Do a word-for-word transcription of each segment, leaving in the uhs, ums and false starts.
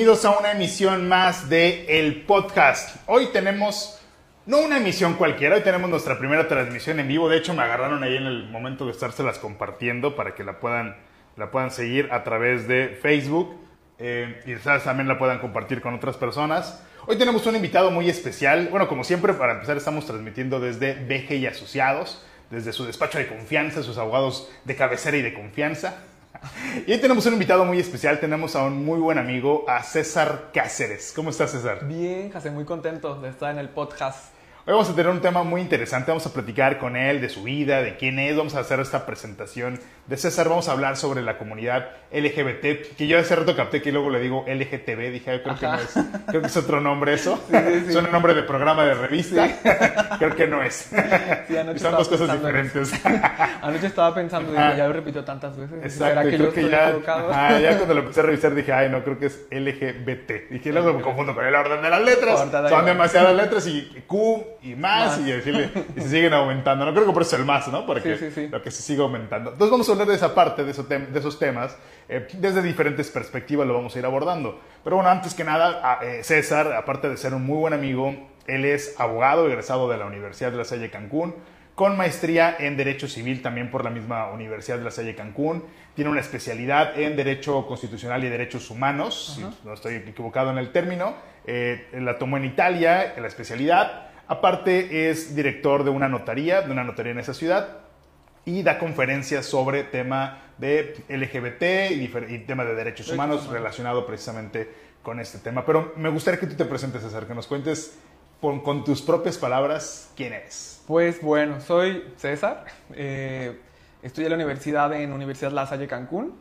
bienvenidos a una emisión más de El Podcast. Hoy tenemos, no una emisión cualquiera, hoy tenemos nuestra primera transmisión en vivo. De hecho, me agarraron ahí en el momento de estárselas compartiendo para que la puedan, la puedan seguir a través de Facebook eh, y quizás también la puedan compartir con otras personas. Hoy tenemos un invitado muy especial. Bueno, como siempre, para empezar, estamos transmitiendo desde B G y Asociados, desde su despacho de confianza, sus abogados de cabecera y de confianza. Y hoy tenemos un invitado muy especial, tenemos a un muy buen amigo, a César Cáceres. ¿Cómo estás, César? Bien, José, muy contento de estar en el podcast. Hoy vamos a tener un tema muy interesante, vamos a platicar con él de su vida, de quién es, vamos a hacer esta presentación de César, vamos a hablar sobre la comunidad L G B T, que yo hace rato capté que luego le digo L G T B, dije, creo que no es, creo que es otro nombre eso, sí, sí, sí. Suena nombre de programa de revista, sí. Creo que no es, sí, son dos cosas diferentes. Anoche estaba pensando, dije, ya lo repito tantas veces, exacto, ¿será que creo yo que estoy ya, equivocado? Ajá, ya cuando lo empecé a revisar dije, ay no, creo que es L G B T, dije, luego me confundo con el orden de las letras, de son demasiadas letras y Q y más, más. Y, decirle, y se siguen aumentando, no creo que por eso el más, ¿no? Porque sí, sí, sí. Lo que se sigue aumentando. Entonces vamos a hablar de esa parte, de, eso te de esos temas, eh, desde diferentes perspectivas lo vamos a ir abordando. Pero bueno, antes que nada, eh, César, aparte de ser un muy buen amigo, él es abogado egresado de la Universidad de La Salle Cancún, con maestría en Derecho Civil también por la misma Universidad de La Salle Cancún. Tiene una especialidad en Derecho Constitucional y Derechos Humanos, uh-huh. Si no estoy equivocado en el término. Eh, la tomó en Italia, en la especialidad. Aparte es director de una notaría, de una notaría en esa ciudad, y da conferencias sobre tema de L G B T y, y tema de derechos humanos relacionado precisamente con este tema. Pero me gustaría que tú te presentes, César, que nos cuentes con, con tus propias palabras quién eres. Pues bueno, soy César, eh, estudié en la universidad en Universidad La Salle Cancún.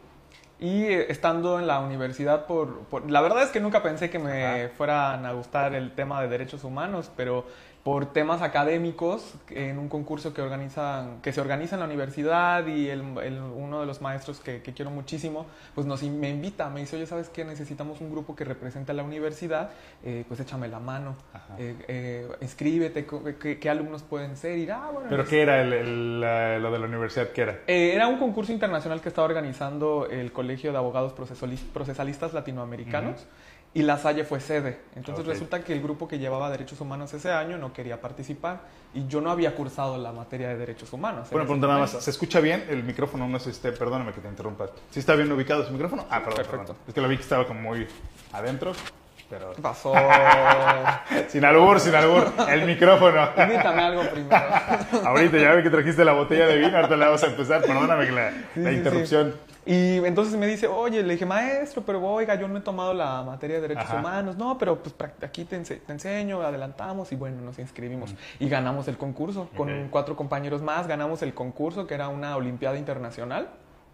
Y estando en la universidad, por, por la verdad es que nunca pensé que me Ajá. fueran a gustar el tema de derechos humanos, pero por temas académicos, en un concurso que, organizan, que se organiza en la universidad y el, el, uno de los maestros que, que quiero muchísimo, pues nos, me invita, me dice, oye, ¿sabes qué? Necesitamos un grupo que represente a la universidad, eh, pues échame la mano, eh, eh, inscríbete, ¿qué, qué alumnos pueden ser? Y, ah, bueno, ¿Pero es, qué era el, el, la, lo de la universidad? ¿Qué era? Eh, era un concurso internacional que estaba organizando el Colegio de Abogados Procesalistas Latinoamericanos. Uh-huh. Y La Salle fue sede. Entonces okay. Resulta que el grupo que llevaba Derechos Humanos ese año no quería participar y yo no había cursado la materia de Derechos Humanos. Bueno, pues nada más, ¿se escucha bien? El micrófono no es este, perdóname que te interrumpa. ¿Sí está bien ubicado ese micrófono? Ah, perdón, perfecto. Perdón. Es que lo vi que estaba como muy adentro. Pero... ¿Qué pasó? Sin albur, sin albur. El micrófono. Invítame algo primero. Ahorita ya vi que trajiste la botella de vino, ahorita le vamos a empezar. Perdóname que la, sí, la sí, interrupción. Sí. Y entonces me dice, oye, le dije, maestro, pero oiga, yo no he tomado la materia de Derechos Ajá. Humanos. No, pero pues aquí te, ense te enseño, adelantamos y bueno, nos inscribimos. Mm. Y ganamos el concurso. Okay. Con cuatro compañeros más ganamos el concurso, que era una olimpiada internacional.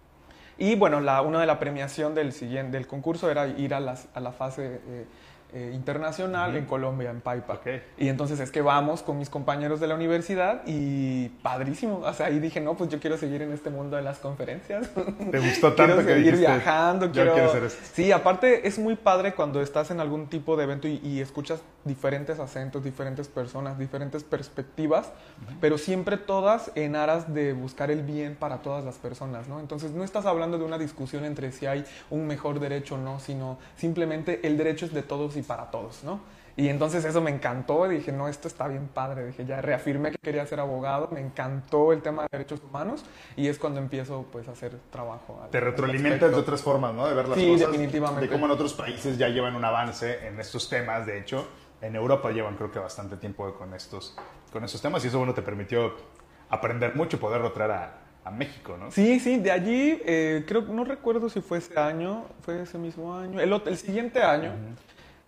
Y bueno, la, una de la premiación del, siguiente, del concurso era ir a, las, a la fase eh, eh, internacional uh-huh. en Colombia, en Paipa. Okay. Y entonces es que vamos con mis compañeros de la universidad y padrísimo. O sea, ahí dije, no, pues yo quiero seguir en este mundo de las conferencias. ¿Te gustó tanto quiero que seguir dijiste, viajando? Yo quiero... quiero hacer esto. Sí, aparte es muy padre cuando estás en algún tipo de evento y, y escuchas diferentes acentos, diferentes personas, diferentes perspectivas, uh-huh. pero siempre todas en aras de buscar el bien para todas las personas, ¿no? Entonces no estás hablando de una discusión entre si hay un mejor derecho o no, sino simplemente el derecho es de todos y para todos, ¿no? Y entonces eso me encantó, dije, no, esto está bien padre, dije, ya reafirmé que quería ser abogado, me encantó el tema de derechos humanos y es cuando empiezo pues a hacer trabajo. Te retroalimentas de otras formas, ¿no? De ver las sí, cosas. Definitivamente. De cómo en otros países ya llevan un avance en estos temas, de hecho, en Europa llevan creo que bastante tiempo con estos, con estos temas y eso bueno te permitió aprender mucho y poderlo traer a, a México, ¿no? Sí, sí, de allí, eh, creo, no recuerdo si fue ese año, fue ese mismo año, el, el siguiente año. Uh-huh.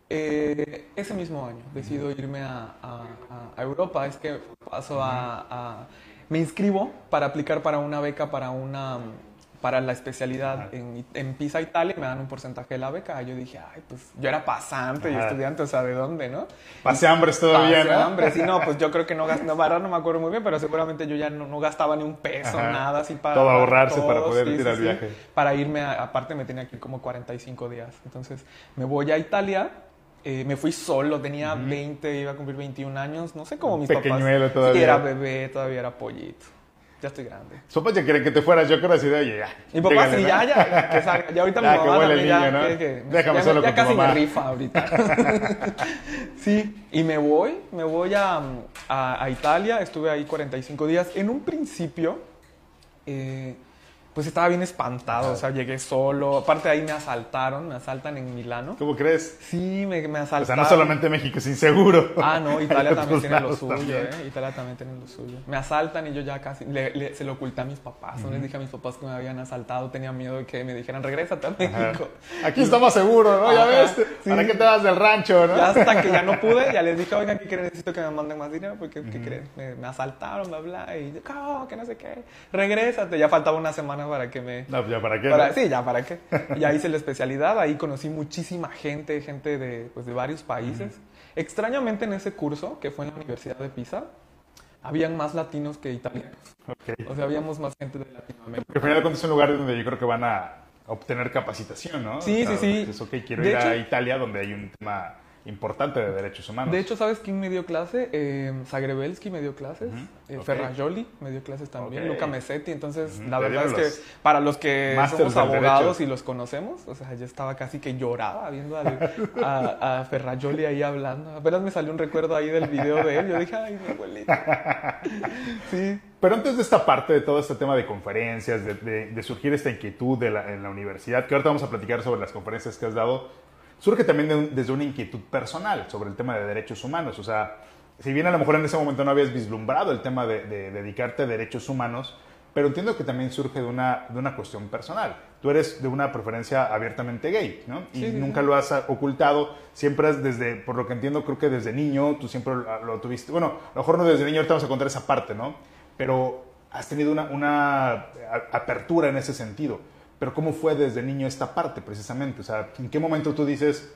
Eh, ese mismo año decido irme a, a, a Europa, es que paso a, a... Me inscribo para aplicar para una beca para una... para la especialidad en, en Pisa, Italia, me dan un porcentaje de la beca. Yo dije, ay, pues yo era pasante Ajá. y estudiante, o sea, ¿de dónde, no? Pasé hambres todavía, Pasé ¿no? hambre, sí, no, pues yo creo que no gasté, no, no me acuerdo muy bien, pero seguramente yo ya no, no gastaba ni un peso, Ajá. nada así para... Todo ahorrarse todo, para poder sí, ir sí, al sí, viaje. Para irme, a, aparte me tenía que ir como cuarenta y cinco días. Entonces me voy a Italia. Eh, me fui solo, tenía uh-huh. veinte, iba a cumplir veintiún años, no sé cómo mis Pequeñuelo papás. Todavía. Sí, era bebé, todavía era pollito. ya estoy grande. Sus papás ya quieren que te fueras, yo creo así de, oye, ya. Mi papá dígale, sí, ¿no? ya, ya, que salga. Ya ahorita Ya, mi que mamá huele el también ya, niño, ¿no? que- que- Déjame ya, solo ya con tu casi mamá. me rifa ahorita. Sí, y me voy, me voy a, a, a Italia, estuve ahí cuarenta y cinco días. En un principio, eh, pues estaba bien espantado, o sea, llegué solo. Aparte ahí me asaltaron, me asaltan en Milano. ¿Cómo crees? Sí, me, me O asaltaron. sea, no solamente México es inseguro. Ah, no, Italia Hay también otros tiene lo lados suyo, también. ¿eh? Italia también tiene lo suyo. Me asaltan y yo ya casi, le- le- se lo oculté a mis papás. No les dije a mis papás que me habían asaltado, tenía miedo de que me dijeran, regrésate a México. Ajá. Aquí estamos seguros, ¿no? Ya Ajá, ves, sí. ¿para qué te vas del rancho, no? Ya hasta que ya no pude, ya les dije, oigan, ¿qué quieren? Necesito que me manden más dinero porque, ¿qué creen? Me, me asaltaron, bla, bla, y yo, "Oh, que no sé qué, regrésate". Ya faltaba una semana para que me... No, ya para qué. Para- ¿no? sí, ya, ¿para qué? Ya hice la especialidad, ahí conocí muchísima gente, gente de, pues, de varios países. Extrañamente en ese curso, que fue en la Universidad de Pisa, habían más latinos que italianos. Ok. O sea, habíamos más gente de Latinoamérica. Porque al final de cuentas es un lugar donde yo creo que van a obtener capacitación, ¿no? Sí, O sea, sí, sí. dices, ok, quiero De ir a hecho- Italia donde hay un tema importante de derechos humanos. De hecho, ¿sabes quién me dio clase? Eh, Zagrebelsky me dio clases, Ujú, eh, ok. Ferrajoli me dio clases también, Ok. Luca Mesetti. Entonces, Ujú, la te verdad es dieron que los para los que másters somos del abogados derecho. y los conocemos, o sea, yo estaba casi que lloraba viendo al- a, a Ferrajoli ahí hablando. Apenas me salió un recuerdo ahí del video de él. Yo dije, ay, mi abuelita. Sí. Pero antes de esta parte, de todo este tema de conferencias, de, de- de surgir esta inquietud de la- en la universidad, que ahorita vamos a platicar sobre las conferencias que has dado, surge también de un- desde una inquietud personal sobre el tema de derechos humanos. O sea, si bien a lo mejor en ese momento no habías vislumbrado el tema de, de dedicarte a derechos humanos, pero entiendo que también surge de una, de una cuestión personal. Tú eres de una preferencia abiertamente gay, ¿no? Y Sí, sí, nunca sí. lo has ocultado. Siempre has desde, por lo que entiendo, creo que desde niño tú siempre lo, lo tuviste. Bueno, a lo mejor no desde niño, ahorita vamos a contar esa parte, ¿no? Pero has tenido una, una a- apertura en ese sentido. Pero ¿cómo fue desde niño esta parte precisamente? O sea, ¿en qué momento tú dices,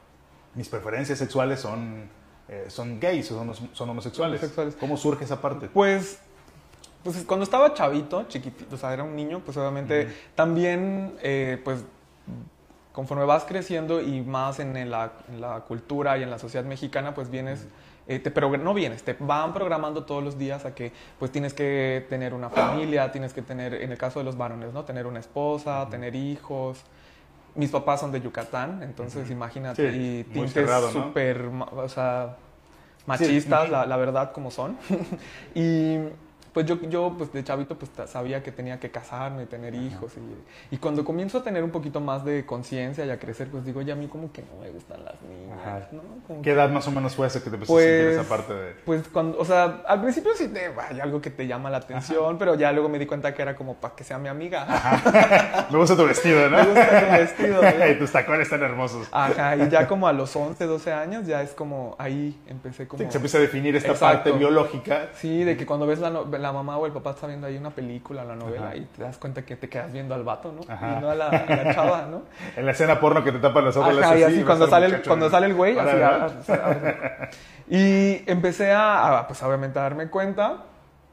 mis preferencias sexuales son, eh, son gays o son, son homosexuales? Homosexuales. ¿Cómo surge esa parte? Pues, pues cuando estaba chavito, chiquitito, o sea, era un niño, pues obviamente también, eh, pues conforme vas creciendo y más en, en la, en la cultura y en la sociedad mexicana, pues vienes, eh, te progr- no vienes, te van programando todos los días a que pues tienes que tener una familia, tienes que tener, en el caso de los varones, ¿no? Tener una esposa, tener hijos. Mis papás son de Yucatán, entonces imagínate, Sí, y muy tintes cerrado, ¿no? súper, ma- o sea, machistas, Sí. la, la verdad, como son. Y pues yo, yo pues de chavito pues ta- sabía que tenía que casarme y tener hijos. Y, y cuando comienzo a tener un poquito más de conciencia y a crecer, pues digo, ya a mí como que no me gustan las niñas, Ajá. ¿no? Como ¿Qué que- edad más o menos fue ese que te empezaste a sentir pues, esa parte de...? pues cuando, o sea, al principio sí te, hay algo que te llama la atención, pero ya luego me di cuenta que era como para que sea mi amiga. Me gusta tu vestido, ¿no? Me gusta tu vestido, ¿no? Y tus tacones están hermosos. Ajá, y ya como a los once, doce años, ya es como, ahí empecé como... Sí, se empieza a definir esta Exacto. parte biológica. Sí, de que cuando ves la, no- la mamá o el papá está viendo ahí una película, la novela, Ajá. y te das cuenta que te quedas viendo al vato, ¿no? Ajá. Y no a la, a la chava, ¿no? En la escena porno que te tapan los ojos. le Ajá, haces y así ves cuando al sale, el, muchacho cuando en- sale el güey, así. Ahora, a- a- a- y empecé a, a, pues obviamente a darme cuenta.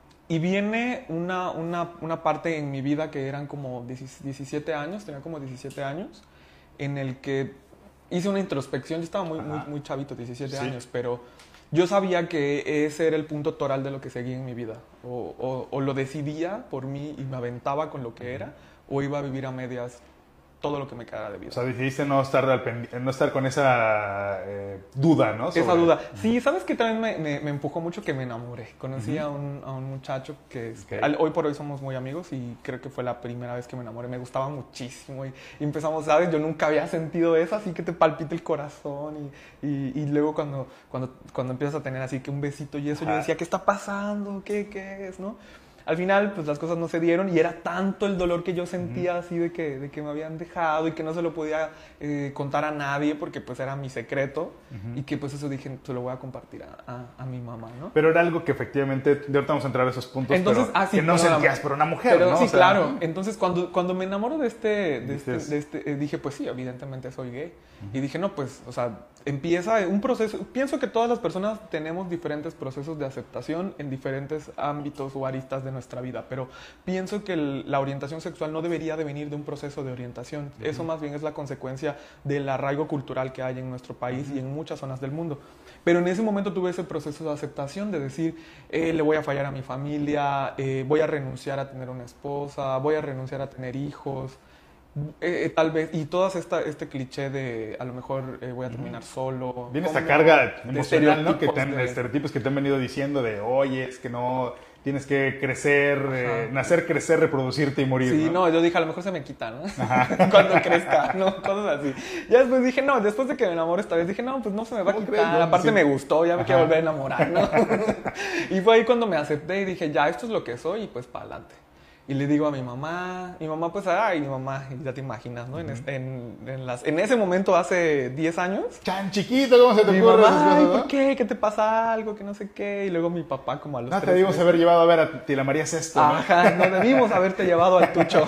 Y viene una, una, una parte en mi vida que eran como diecisiete años, tenía como diecisiete años, en el que hice una introspección. Yo estaba muy, muy, Ajá. muy chavito, diecisiete Sí. años, pero yo sabía que ese era el punto toral de lo que seguía en mi vida. O, o, o lo decidía por mí y me aventaba con lo que era, o iba a vivir a medias todo lo que me quedara de vida. O sea, decidiste no estar, al pendi- no estar con esa eh, duda, ¿no? Esa Sobre- duda. Sí, ¿sabes qué? También me, me, me empujó mucho que me enamoré. Conocí a, un, a un muchacho que es- Ok. al- hoy por hoy somos muy amigos y creo que fue la primera vez que me enamoré. Me gustaba muchísimo y, y empezamos, ¿sabes? Yo nunca había sentido eso, así que te palpita el corazón y, y, y luego cuando, cuando, cuando empiezas a tener así que un besito y eso, yo Ajá. decía, ¿qué está pasando? ¿Qué, qué es? ¿No? Al final, pues las cosas no se dieron y era tanto el dolor que yo sentía así de que, de que me habían dejado y que no se lo podía eh, contar a nadie porque pues era mi secreto y que pues eso dije, se lo voy a compartir a, a, a mi mamá, ¿no? Pero era algo que efectivamente, de ahorita vamos a entrar a esos puntos, Entonces, pero ah, sí, que no perdóname. sentías por una mujer, Pero ¿no? sí, O sea, claro. Entonces, cuando, cuando me enamoro de este, de este, Dices- de este, eh, dije, pues sí, evidentemente soy gay. Y dije, no, pues, o sea, empieza un proceso. Pienso que todas las personas tenemos diferentes procesos de aceptación en diferentes ámbitos o aristas de, nuestra vida, pero pienso que el, la orientación sexual no debería de venir de un proceso de orientación. Uh-huh. Eso más bien es la consecuencia del arraigo cultural que hay en nuestro país uh-huh. y en muchas zonas del mundo. Pero en ese momento tuve ese proceso de aceptación, de decir, eh, le voy a fallar a mi familia, eh, voy a renunciar a tener una esposa, voy a renunciar a tener hijos, eh, tal vez, y todo esta, este cliché de a lo mejor eh, voy a terminar solo. Viene esta carga emocional, ¿no? Que te han, de... estereotipos que te han venido diciendo de, oye, es que no... Tienes que crecer, eh, nacer, crecer, reproducirte y morir. Sí, ¿no? no, yo dije, a lo mejor se me quita, ¿no? Cuando crezca, ¿no? Cosas así. Ya después dije, no, después de que me enamoré esta vez, dije, no, pues no se me va a quitar. No, aparte sí. me gustó, ya me Ajá. quiero volver a enamorar, ¿no? Y fue ahí cuando me acepté y dije, ya, esto es lo que soy y pues para adelante. Y le digo a mi mamá, mi mamá pues, ay, mi mamá, ya te imaginas, ¿no? Uh-huh. en, en, en, las, en ese momento, hace diez años. Tan chiquito, ¿cómo se te mi ocurre? Mamá, ay, ¿por qué? ¿Qué te pasa algo? Que no sé qué. Y luego mi papá como a los No, tres te debimos meses. haber llevado a ver a Tila María Sesto, ¿no? Ajá, no debimos haberte llevado al tucho.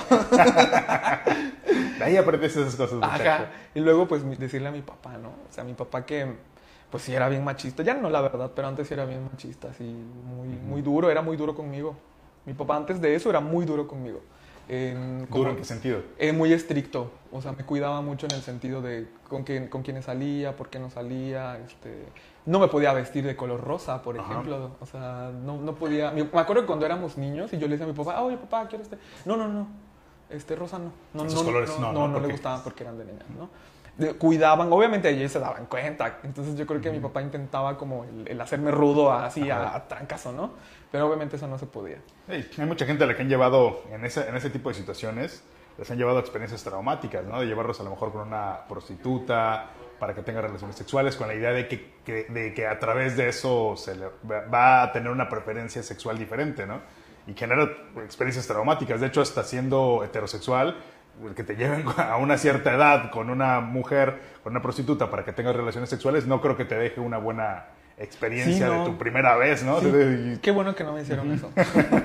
De ahí aprendiste esas cosas, muchacho. Ajá. Y luego pues decirle a mi papá, ¿no? O sea, mi papá que pues sí era bien machista. Ya no, la verdad, pero antes sí era bien machista, así muy, uh-huh. muy duro, era muy duro conmigo. Mi papá antes de eso era muy duro conmigo. En, ¿Duro en qué sentido? Eh, muy estricto, o sea, me cuidaba mucho en el sentido de con, quién, con quiénes salía, por qué no salía, este, no me podía vestir de color rosa, por Ajá. ejemplo, o sea, no, no podía, me acuerdo que cuando éramos niños y yo le decía a mi papá, oye papá, quiero este, no, no, no, este rosa no, no, Esos no, colores no, no, no, no, no le gustaban porque eran de niñas, ¿no? De, cuidaban, obviamente ellos se daban cuenta, entonces yo creo que uh-huh. mi papá intentaba como el, el hacerme rudo así a, a trancazo, ¿no? Pero obviamente eso no se podía. Hey, hay mucha gente a la que han llevado en ese, en ese tipo de situaciones, les han llevado experiencias traumáticas, ¿no? De llevarlos a lo mejor con una prostituta para que tenga relaciones sexuales, con la idea de que, que, de que a través de eso se le va a tener una preferencia sexual diferente, ¿no? Y genera experiencias traumáticas. De hecho, hasta siendo heterosexual, el que te lleven a una cierta edad con una mujer, con una prostituta para que tengas relaciones sexuales, no creo que te deje una buena experiencia sí, no. de tu primera vez, ¿no? Sí. Qué bueno que no me hicieron eso.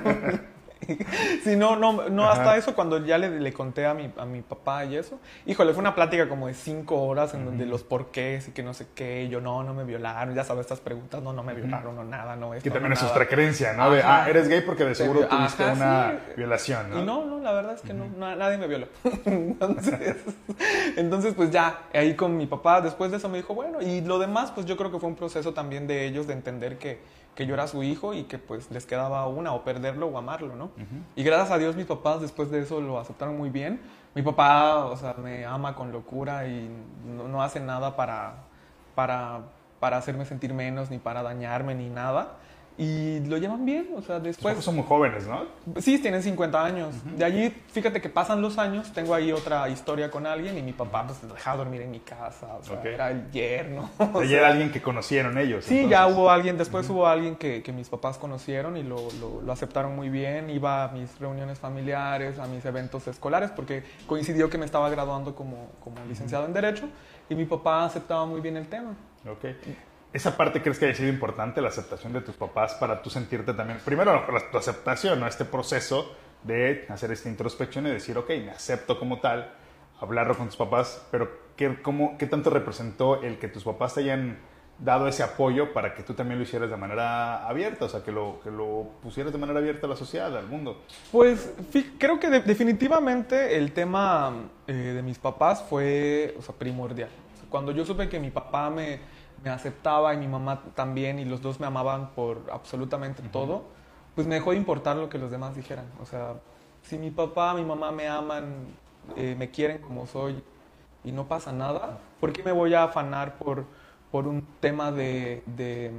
Sí, no, no, no hasta eso, cuando ya le, le conté a mi, a mi papá y eso, híjole, fue una plática como de cinco horas en uh-huh. donde los porqués y que no sé qué, y yo no, no me violaron, ya sabes estas preguntas, no, no me violaron, uh-huh. no nada, no esto, que también no es nada. Nuestra creencia, ¿no? Ajá. De, ah, eres gay porque de seguro Ajá, tuviste una sí. violación, ¿no? Y no, no, la verdad es que uh-huh. no, nadie me violó. Entonces, entonces, pues ya, ahí con mi papá, después de eso me dijo, bueno, y lo demás, pues yo creo que fue un proceso también de ellos de entender que que yo era su hijo y que pues les quedaba una, o perderlo o amarlo, ¿no? Uh-huh. Y gracias a Dios mis papás después de eso lo aceptaron muy bien. Mi papá, o sea, me ama con locura y no, no hace nada para, para, para hacerme sentir menos, ni para dañarme, ni nada. Y lo llevan bien, o sea, después... Son muy jóvenes, ¿no? Sí, tienen cincuenta años. Uh-huh. De allí, fíjate que pasan los años, tengo ahí otra historia con alguien y mi papá pues dejaba dormir en mi casa, o sea, okay. era el yerno. O sea, era alguien que conocieron ellos. Sí, entonces. Ya hubo alguien, después uh-huh. hubo alguien que, que mis papás conocieron y lo, lo, lo aceptaron muy bien. Iba a mis reuniones familiares, a mis eventos escolares, porque coincidió que me estaba graduando como, como licenciado uh-huh. en Derecho y mi papá aceptaba muy bien el tema. Ok. ¿Esa parte crees que haya sido importante, la aceptación de tus papás, para tú sentirte también, primero tu aceptación, ¿no? Este proceso de hacer esta introspección y decir, ok, me acepto como tal, hablarlo con tus papás, pero ¿qué, cómo, ¿qué tanto representó el que tus papás te hayan dado ese apoyo para que tú también lo hicieras de manera abierta, o sea, que lo, que lo pusieras de manera abierta a la sociedad, al mundo? Pues creo que de, definitivamente el tema eh, de mis papás fue, o sea, primordial. O sea, cuando yo supe que mi papá me... me aceptaba y mi mamá también y los dos me amaban por absolutamente uh-huh. todo, pues me dejó de importar lo que los demás dijeran. O sea, si mi papá, mi mamá me aman, eh, me quieren como soy y no pasa nada, ¿por qué me voy a afanar por, por un tema de, de,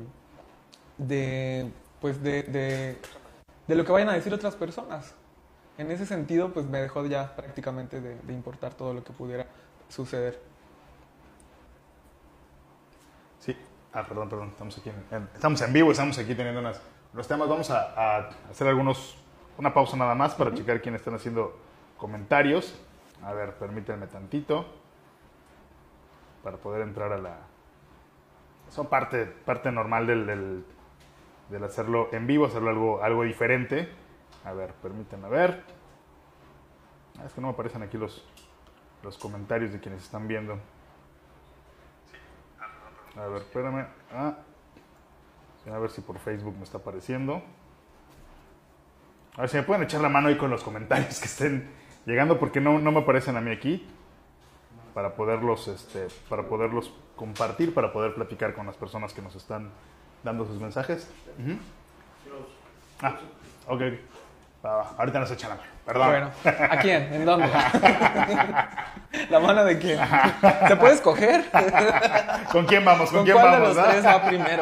de pues de, de, de lo que vayan a decir otras personas? En ese sentido, pues me dejó ya prácticamente de, de importar todo lo que pudiera suceder. Sí, ah, perdón, perdón, estamos aquí en, estamos en vivo, estamos aquí teniendo unas, unos temas. Vamos a, a hacer algunos, una pausa nada más para uh-huh. checar quiénes están haciendo comentarios. A ver, permítanme tantito para poder entrar a la... Son parte, parte normal del, del, del hacerlo en vivo, hacerlo algo, algo diferente. A ver, permítanme ver. Ah, es que no me aparecen aquí los, los comentarios de quienes están viendo. A ver, espérame. Ah, a ver si por Facebook me está apareciendo. A ver si me pueden echar la mano ahí con los comentarios que estén llegando, porque no, no me aparecen a mí aquí, para poderlos, este, para poderlos compartir, para poder platicar con las personas que nos están dando sus mensajes. Uh-huh. Ah, ok. Ah, ahorita nos echan la mano, perdón. Bueno, ¿a quién? ¿En dónde? ¿La mano de quién? ¿Te puedes escoger? ¿Con quién vamos? ¿Con, ¿Con quién cuál vamos? de los ¿Ah? tres va primero?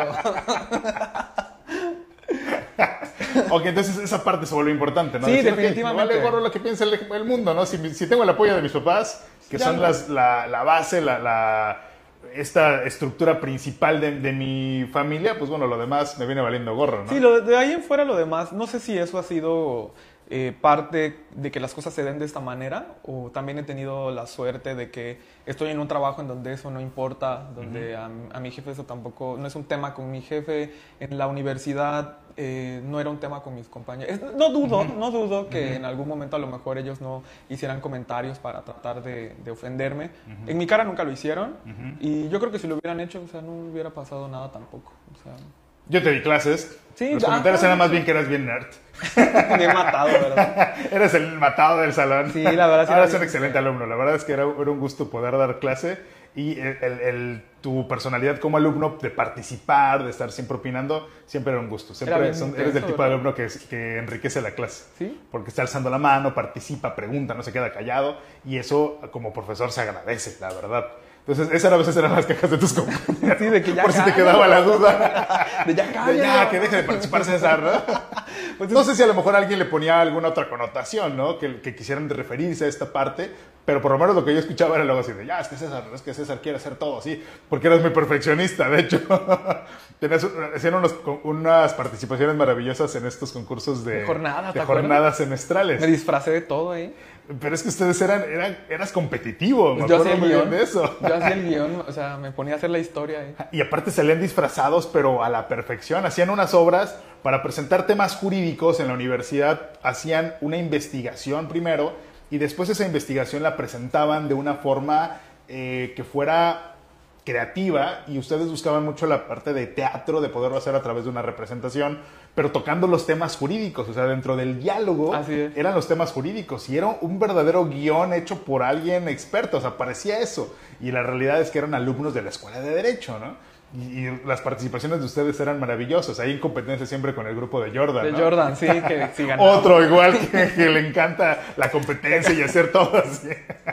Ok, entonces esa parte se vuelve importante, ¿no? Sí, Decir, definitivamente. Okay, me vale gorro lo que piensa el, el mundo, ¿no? Si, si tengo el apoyo de mis papás, que Ya son no. las, la, la base, la, la, esta estructura principal de, de mi familia, pues bueno, lo demás me viene valiendo gorro, ¿no? Sí, lo de, de ahí en fuera lo demás, no sé si eso ha sido eh, parte de que las cosas se den de esta manera, o también he tenido la suerte de que estoy en un trabajo en donde eso no importa, donde uh-huh. a, a mi jefe eso tampoco, no es un tema con mi jefe, en la universidad eh, no era un tema con mis compañeros. Es, no dudo, uh-huh. no dudo que uh-huh. en algún momento a lo mejor ellos no hicieran comentarios para tratar de, de ofenderme. Uh-huh. En mi cara nunca lo hicieron, uh-huh. y yo creo que si lo hubieran hecho, o sea, no hubiera pasado nada tampoco. O sea, yo te di clases. Sí, los ya, comentarios ya, eran más bien que eras bien nerd. Bien matado, ¿verdad? Eres el matado del salón. Sí, la verdad. Sí, ahora eres un excelente alumno. La verdad es que era, era un gusto poder dar clase y el, el, el, tu personalidad como alumno de participar, de estar siempre opinando, siempre era un gusto. Siempre son, eres del tipo de alumno que, que enriquece la clase. ¿Sí? Porque está alzando la mano, participa, pregunta, no se queda callado y eso como profesor se agradece, la verdad. Entonces, esas a veces eran las quejas de tus compañeros. Sí, de que ya por si te quedaba la duda. De ya cállalo. De ya, que deje de participar César, ¿no? Pues no sé si a lo mejor alguien le ponía alguna otra connotación, ¿no? Que, que quisieran referirse a esta parte, pero por lo menos lo que yo escuchaba era luego así de, ya, es que César, es que César quiere hacer todo así, porque eres muy perfeccionista, de hecho. Tenías, hacían unos, unas participaciones maravillosas en estos concursos de, de, jornada, de jornadas semestrales. Me disfracé de todo ahí. Pero es que ustedes eran, eran eras competitivo, me yo acuerdo hacía el muy guión, bien de eso. Yo hacía el guión, o sea, me ponía a hacer la historia ahí. Y aparte salían disfrazados, pero a la perfección. Hacían unas obras para presentar temas jurídicos en la universidad. Hacían una investigación primero y después esa investigación la presentaban de una forma eh, que fuera creativa y ustedes buscaban mucho la parte de teatro, de poderlo hacer a través de una representación, pero tocando los temas jurídicos, o sea, dentro del diálogo eran los temas jurídicos y era un verdadero guión hecho por alguien experto, o sea, parecía eso. Y la realidad es que eran alumnos de la Escuela de Derecho, ¿no? Y, y las participaciones de ustedes eran maravillosas. Ahí en competencia siempre con el grupo de Jordan, De ¿no? Jordan, sí, que sí ganaba. Otro igual que, que le encanta la competencia y hacer todo así.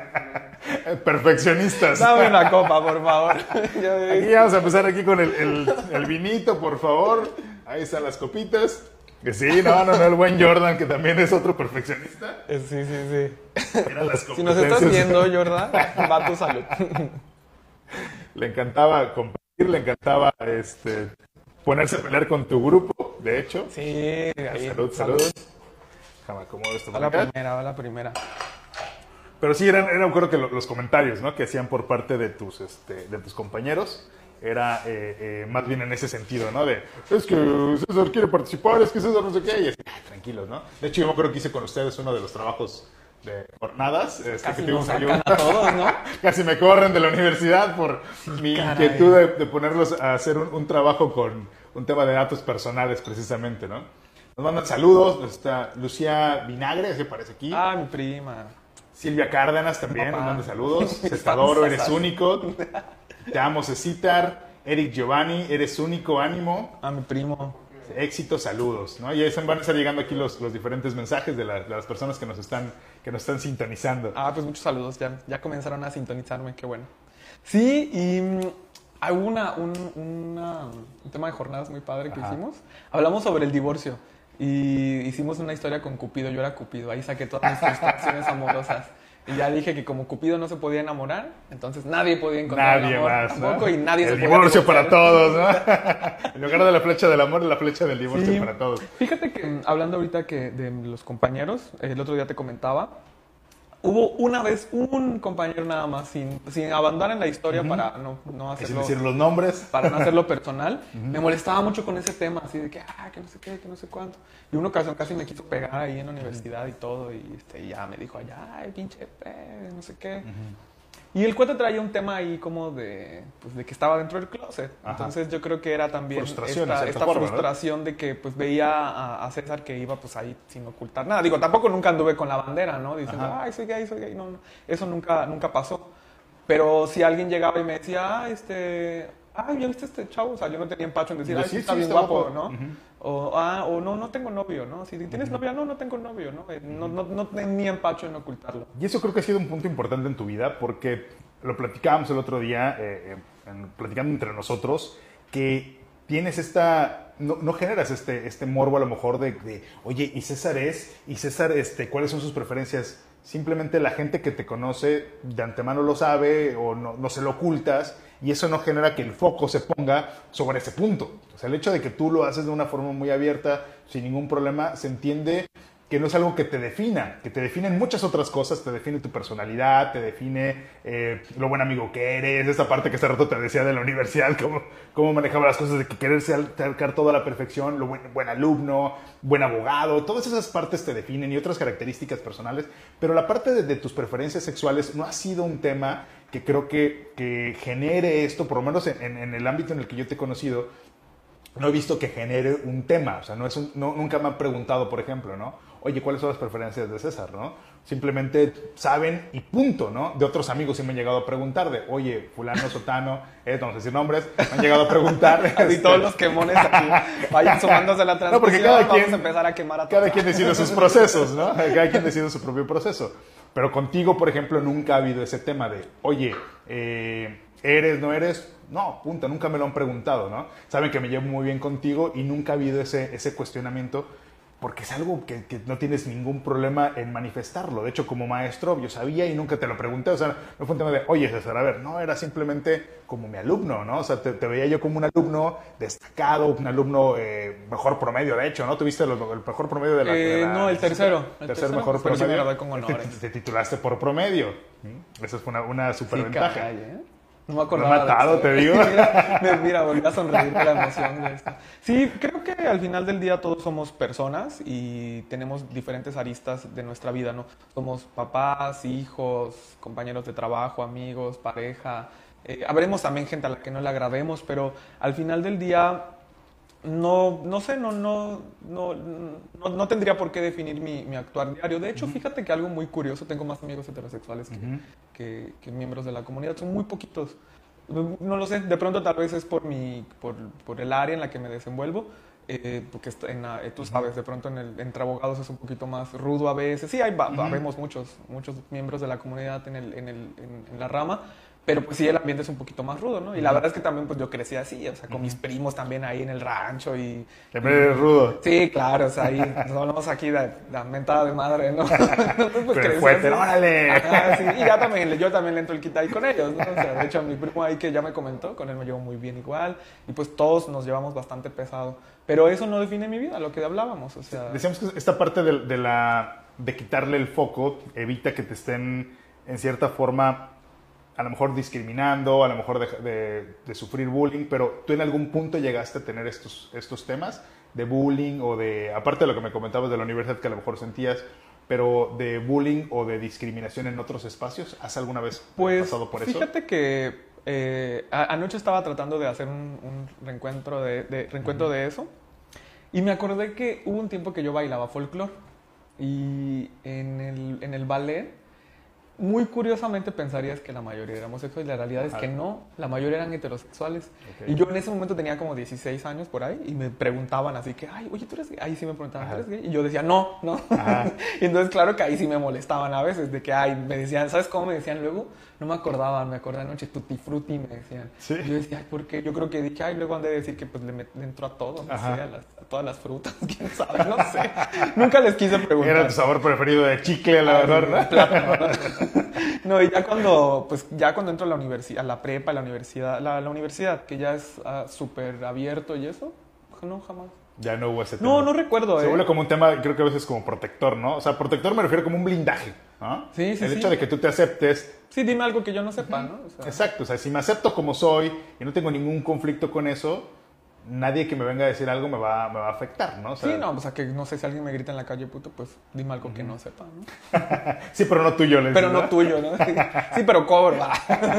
Perfeccionistas. Dame una copa, por favor. Aquí vamos a empezar aquí con el, el, el vinito, por favor. Ahí están las copitas. Que sí, no, no, no, el buen Jordan, que también es otro perfeccionista. Sí, sí, sí. Eran las si nos estás viendo, Jordan, va tu salud. Le encantaba compartir, le encantaba este, ponerse a pelear con tu grupo, de hecho. Sí, ahí. Salud, salud. Déjame acomodo esto. Va la primera, va la primera. Pero sí, eran, eran creo que los comentarios, ¿no? Que hacían por parte de tus, este, de tus compañeros. Era eh, eh, más bien en ese sentido, ¿no? De, es que César quiere participar, es que César no sé qué. Y es, tranquilos, ¿no? De hecho, yo me acuerdo que hice con ustedes uno de los trabajos de jornadas. Este, Casi que nos sacan sacan a todos, ¿no? Casi me corren de la universidad por mi Caray. inquietud de, de ponerlos a hacer un, un trabajo con un tema de datos personales, precisamente, ¿no? Nos mandan saludos. Está Lucía Vinagre, que aparece aquí. Ah, mi prima. Silvia Cárdenas también, Papá. nos manda saludos. Cestadoro, eres único. Te amo, Cecitar. Eric Giovanni, eres único, ánimo. Ah, mi primo. Éxito, saludos, ¿no? Y ahí van a estar llegando aquí los, los diferentes mensajes de, la, de las personas que nos están, que nos están sintonizando. Ah, pues muchos saludos, ya, ya comenzaron a sintonizarme, qué bueno. Sí, y mm, hay una, un, una, un tema de jornadas muy padre que Ajá. hicimos. Hablamos sobre el divorcio y hicimos una historia con Cupido, yo era Cupido, ahí saqué todas mis frustraciones amorosas. Y ya dije que como Cupido no se podía enamorar, entonces nadie podía encontrar Nadie el amor más, tampoco, ¿no? y nadie el se podía divorcio divorciar. para todos, ¿no? En lugar de la flecha del amor, la flecha del divorcio Sí. para todos. Fíjate que mm, hablando ahorita que de los compañeros, el otro día te comentaba, hubo una vez un compañero nada más, sin, sin abandonar en la historia uh-huh. para no, no Sin hacerlo... decir los nombres. Para no hacerlo personal, uh-huh. me molestaba mucho con ese tema, así de que, ah, que no sé qué, que no sé cuánto. Y una ocasión casi me quiso pegar ahí en la universidad y todo, y este, ya me dijo, ay, pinche, eh, no sé qué. Uh-huh. Y el cuate traía un tema ahí como de, pues, de que estaba dentro del closet. Ajá. Entonces yo creo que era también frustración, esta, esta forma, frustración, ¿no? De que pues veía a, a César que iba pues ahí sin ocultar nada. Digo, tampoco nunca anduve con la bandera, ¿no? Diciendo, ajá, ay, soy gay, soy gay. No, no, eso nunca, nunca pasó. Pero si alguien llegaba y me decía, ah, este, ay, ¿ya viste este chavo? O sea, yo no tenía empacho en decir, ay, sí, está sí, bien está guapo, guapo, ¿no? Uh-huh. O, ah, o no, no tengo novio, ¿no? Si tienes uh-huh. novia, no, no tengo novio, ¿no? No, no, no tenía empacho en ocultarlo. Y eso creo que ha sido un punto importante en tu vida, porque lo platicábamos el otro día, eh, en, platicando entre nosotros, que tienes esta, no, no generas este, este morbo a lo mejor de, de, oye, ¿y César es? ¿Y César, este, cuáles son sus preferencias? Simplemente la gente que te conoce de antemano lo sabe o no, no se lo ocultas, y eso no genera que el foco se ponga sobre ese punto. O sea, el hecho de que tú lo haces de una forma muy abierta, sin ningún problema, se entiende que no es algo que te defina, que te definen muchas otras cosas, te define tu personalidad, te define eh, lo buen amigo que eres, esa parte que hace rato te decía de la universidad, cómo, cómo manejaba las cosas, de que quererse acercar todo a la perfección, lo buen, buen alumno, buen abogado, todas esas partes te definen y otras características personales, pero la parte de, de tus preferencias sexuales no ha sido un tema que creo que, que genere esto, por lo menos en, en el ámbito en el que yo te he conocido, no he visto que genere un tema, o sea, no es un, no, nunca me han preguntado, por ejemplo, ¿no? Oye, ¿cuáles son las preferencias de César, no? Simplemente saben y punto, ¿no? De otros amigos sí me han llegado a preguntar de, oye, fulano, sotano, eh, vamos a decir nombres, me han llegado a preguntar. Así todos los quemones aquí vayan sumándose la transmisión, no, porque cada quien, vamos a empezar a quemar a todos. Cada quien decide sus procesos, ¿no? Cada quien decide su propio proceso. Pero contigo, por ejemplo, nunca ha habido ese tema de, oye, eh, ¿eres, no eres? No, punta, nunca me lo han preguntado, ¿no? Saben que me llevo muy bien contigo y nunca ha habido ese, ese cuestionamiento, porque es algo que, que no tienes ningún problema en manifestarlo. De hecho, como maestro, yo sabía y nunca te lo pregunté. O sea, no fue un tema de, oye, César, a ver, no, era simplemente como mi alumno, ¿no? O sea, te, te veía yo como un alumno destacado, un alumno eh, mejor promedio, de hecho, ¿no? ¿Tuviste el, el mejor promedio de la... Eh, de la no, el tercero. El tercer tercero, mejor promedio. Sí me gradué con honores. Te, te titulaste por promedio. ¿Mm? Esa fue una, una superventaja. Sí, caray, ¿eh? No me acordaba. Me he matado, te digo. mira, mira, volví a sonreír de la emoción de esto. Sí, creo que al final del día todos somos personas y tenemos diferentes aristas de nuestra vida, ¿no? Somos papás, hijos, compañeros de trabajo, amigos, pareja. Eh, habremos también gente a la que no le agrademos, pero al final del día no, no sé, no, no, no, no, no tendría por qué definir mi, mi actuar diario. De hecho, uh-huh. fíjate que algo muy curioso, tengo más amigos heterosexuales que, uh-huh. que, que miembros de la comunidad, son muy poquitos. No lo sé, de pronto tal vez es por, mi, por, por el área en la que me desenvuelvo, eh, porque en, eh, tú sabes, de pronto en el, entre abogados es un poquito más rudo a veces. Sí, hay, uh-huh. vemos muchos, muchos miembros de la comunidad en, el, en, el, en, en la rama, pero pues sí, el ambiente es un poquito más rudo, ¿no? Y la verdad es que también pues yo crecí así, o sea, con mis primos también ahí en el rancho y... Siempre eres rudo. Sí, claro, o sea, ahí nos hablamos aquí de la mentada de madre, ¿no? pues pero fuerte, órale. Ajá, sí, y ya también, yo también le entro el quita ahí con ellos, ¿no? O sea, de hecho, a mi primo ahí que ya me comentó, con él me llevo muy bien igual, y pues todos nos llevamos bastante pesado. Pero eso no define mi vida, lo que hablábamos, o sea... Decíamos que esta parte de, de la... de quitarle el foco evita que te estén, en cierta forma... a lo mejor discriminando, a lo mejor de, de, de sufrir bullying, pero tú en algún punto llegaste a tener estos, estos temas de bullying o de, aparte de lo que me comentabas de la universidad que a lo mejor sentías, pero de bullying o de discriminación en otros espacios, ¿has alguna vez pues, pasado por eso? Pues fíjate que eh, anoche estaba tratando de hacer un, un reencuentro, de, de, reencuentro uh-huh. de eso y me acordé que hubo un tiempo que yo bailaba folclore y en el, en el ballet muy curiosamente pensarías que la mayoría eran homosexuales, la realidad es que no, la mayoría eran heterosexuales. Okay. Y yo en ese momento tenía como dieciséis años por ahí y me preguntaban así que, ay, oye, ¿tú eres gay? Ahí sí me preguntaban, ¿tú eres gay? Y yo decía, no, no. Y entonces claro que ahí sí me molestaban a veces, de que, ay, me decían, ¿sabes cómo me decían luego? No me acordaba, me acordé anoche, tutti frutti me decían. ¿Sí? Y yo decía, ay, ¿por qué? Yo creo que dije, ay, luego han de decir que pues le, met, le entro a todo, no sé, a, las, a todas las frutas, quién sabe, no sé. Nunca les quise preguntar. Era tu sabor preferido de chicle, la verdad, ¿verdad? Plátano. No, y ya cuando, pues ya cuando entro a la universidad, a la prepa, a la universidad, la, la universidad, que ya es uh, súper abierto y eso, no, jamás. Ya no hubo ese tema. No, no recuerdo. Se eh. vuelve como un tema, creo que a veces como protector, ¿no? O sea, protector me refiero como un blindaje, ¿no? Sí, sí, El sí. hecho de que tú te aceptes. Sí, dime algo que yo no sepa, ¿no? O sea, exacto, o sea, si me acepto como soy y no tengo ningún conflicto con eso, nadie que me venga a decir algo me va, me va a afectar, ¿no? O sea, sí, no, o sea, que no sé, si alguien me grita en la calle, puto, pues dime algo uh-huh. que no sepa, ¿no? Sí, pero no tuyo. Pero no tuyo, ¿no? Sí, sí, pero cover, va.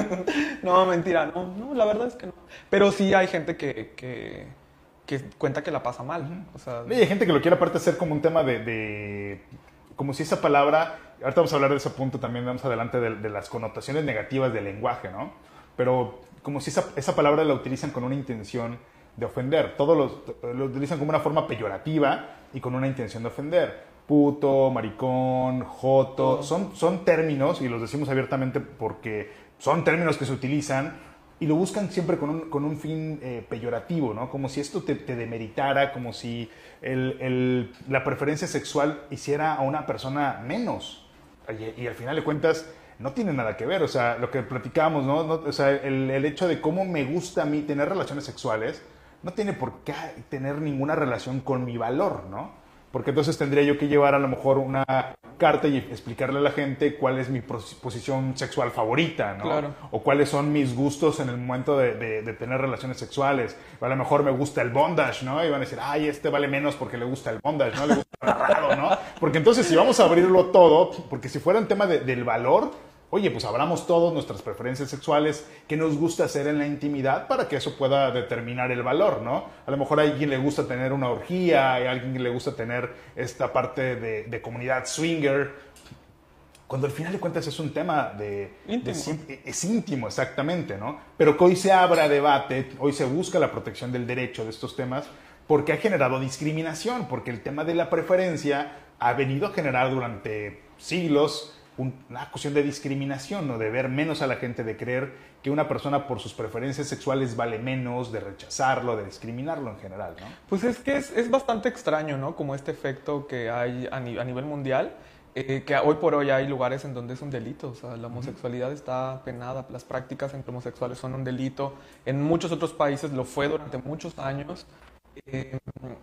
No, mentira, no, no, la verdad es que no. Pero sí hay gente que, que, que cuenta que la pasa mal, uh-huh. o sea... Y hay gente que lo quiere aparte hacer como un tema de, de... como si esa palabra... Ahorita vamos a hablar de ese punto también, vamos adelante, de, de las connotaciones negativas del lenguaje, ¿no? Pero como si esa, esa palabra la utilizan con una intención de ofender. Todos los, lo utilizan como una forma peyorativa y con una intención de ofender. Puto, maricón, joto, son, son términos, y los decimos abiertamente porque son términos que se utilizan y lo buscan siempre con un, con un fin eh, peyorativo, ¿no? Como si esto te, te demeritara, como si el, el, la preferencia sexual hiciera a una persona menos. Y, y al final de cuentas no tiene nada que ver, o sea, lo que platicábamos, ¿no? no o sea, el, el hecho de cómo me gusta a mí tener relaciones sexuales no tiene por qué tener ninguna relación con mi valor, ¿no? Porque entonces tendría yo que llevar a lo mejor una carta y explicarle a la gente cuál es mi posición sexual favorita, ¿no? Claro. O cuáles son mis gustos en el momento de, de, de tener relaciones sexuales. O a lo mejor me gusta el bondage, ¿no? Y van a decir, ay, este vale menos porque le gusta el bondage, ¿no? Le gusta el raro, ¿no? Porque entonces si vamos a abrirlo todo, porque si fuera un tema de, del valor... Oye, pues abramos todos nuestras preferencias sexuales, qué nos gusta hacer en la intimidad para que eso pueda determinar el valor, ¿no? A lo mejor a alguien le gusta tener una orgía, a alguien le gusta tener esta parte de, de comunidad swinger, cuando al final de cuentas es un tema de... Íntimo. de es íntimo, exactamente, ¿no? Pero que hoy se abra debate, hoy se busca la protección del derecho de estos temas, porque ha generado discriminación, porque el tema de la preferencia ha venido a generar durante siglos una cuestión de discriminación, ¿no? De ver menos a la gente, de creer que una persona por sus preferencias sexuales vale menos, de rechazarlo, de discriminarlo en general, ¿no? Pues es que es, es bastante extraño, ¿no? Como este efecto que hay a, ni, a nivel mundial, eh, que hoy por hoy hay lugares en donde es un delito, o sea, la homosexualidad uh-huh. está penada, las prácticas entre homosexuales son un delito, en muchos otros países lo fue durante muchos años, eh,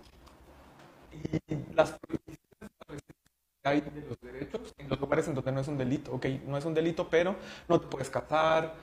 y las hay de los derechos en los lugares en donde no es un delito. Ok, no es un delito, pero no te puedes casar,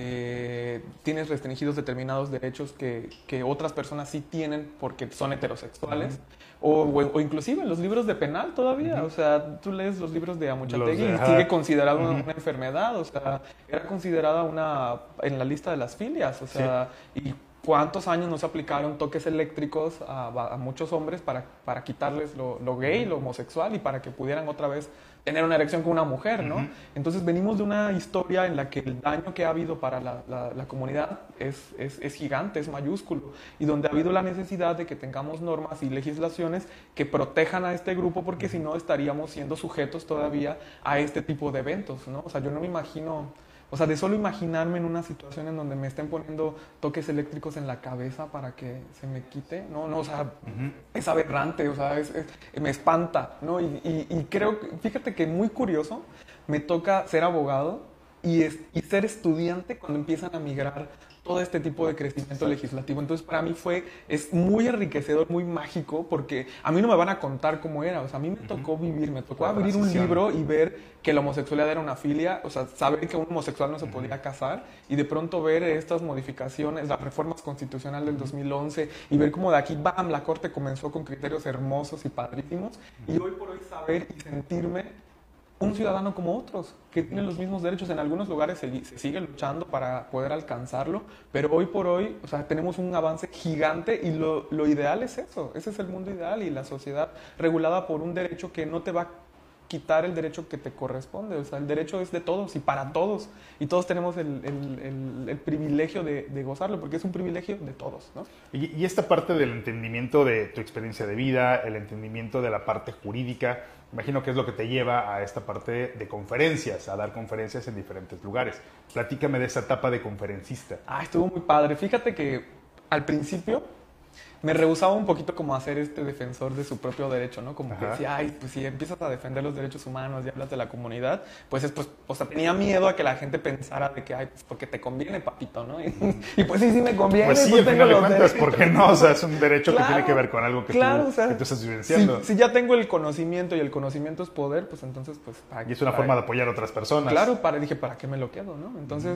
eh, tienes restringidos determinados derechos que, que otras personas sí tienen porque son heterosexuales, uh-huh. o, o, o inclusive en los libros de penal todavía, uh-huh. o sea, tú lees los libros de Amuchategui y sigue considerado uh-huh. una, una enfermedad, o sea, era considerada una en la lista de las filias, o sea, sí. y ¿cuántos años no se aplicaron toques eléctricos a, a muchos hombres para, para quitarles lo, lo gay, lo homosexual y para que pudieran otra vez tener una erección con una mujer, ¿no? Uh-huh. Entonces venimos de una historia en la que el daño que ha habido para la, la, la comunidad es, es, es gigante, es mayúsculo, y donde ha habido la necesidad de que tengamos normas y legislaciones que protejan a este grupo, porque si no estaríamos siendo sujetos todavía a este tipo de eventos, ¿no? O sea, yo no me imagino... O sea, de solo imaginarme en una situación en donde me estén poniendo toques eléctricos en la cabeza para que se me quite, no, no, o sea, uh-huh. es aberrante, o sea, es, es, me espanta, ¿no? Y, y, y creo, fíjate que muy curioso, me toca ser abogado y, es, y ser estudiante cuando empiezan a migrar todo este tipo de crecimiento legislativo. Entonces, para mí fue, es muy enriquecedor, muy mágico, porque a mí no me van a contar cómo era. O sea, a mí me tocó vivir, me tocó abrir un libro y ver que la homosexualidad era una filia, o sea, saber que un homosexual no se podía casar, y de pronto ver estas modificaciones, las reformas constitucionales del dos mil once, y ver cómo de aquí, bam, la Corte comenzó con criterios hermosos y padrísimos, y hoy por hoy saber y sentirme un ciudadano como otros, que tienen los mismos derechos. En algunos lugares se, se sigue luchando para poder alcanzarlo, pero hoy por hoy, o sea, tenemos un avance gigante, y lo, lo ideal es eso, ese es el mundo ideal, y la sociedad regulada por un derecho que no te va a quitar el derecho que te corresponde. O sea, el derecho es de todos y para todos, y todos tenemos el, el, el, el privilegio de, de gozarlo, porque es un privilegio de todos, ¿no? Y, y esta parte del entendimiento de tu experiencia de vida, el entendimiento de la parte jurídica, imagino que es lo que te lleva a esta parte de conferencias, a dar conferencias en diferentes lugares. Platícame de esa etapa de conferencista. Ah, estuvo muy padre. Fíjate que al principio me rehusaba un poquito como a ser este defensor de su propio derecho, ¿no? Como Ajá. que decía, ay, pues si empiezas a defender los derechos humanos y hablas de la comunidad, pues es, pues, o sea, tenía miedo a que la gente pensara de que, ay, pues porque te conviene, papito, ¿no? Y, y pues sí, sí me conviene. Pues sí, pues al final de cuentas, ¿por qué no? O sea, es un derecho claro, que tiene que ver con algo que, claro, tú, o sea, que tú estás vivenciando. Si, si ya tengo el conocimiento y el conocimiento es poder, pues entonces, pues... ¿para y es una para, forma de apoyar a otras personas. Claro, para, dije, ¿para qué me lo quedo, no? Entonces... Uh-huh.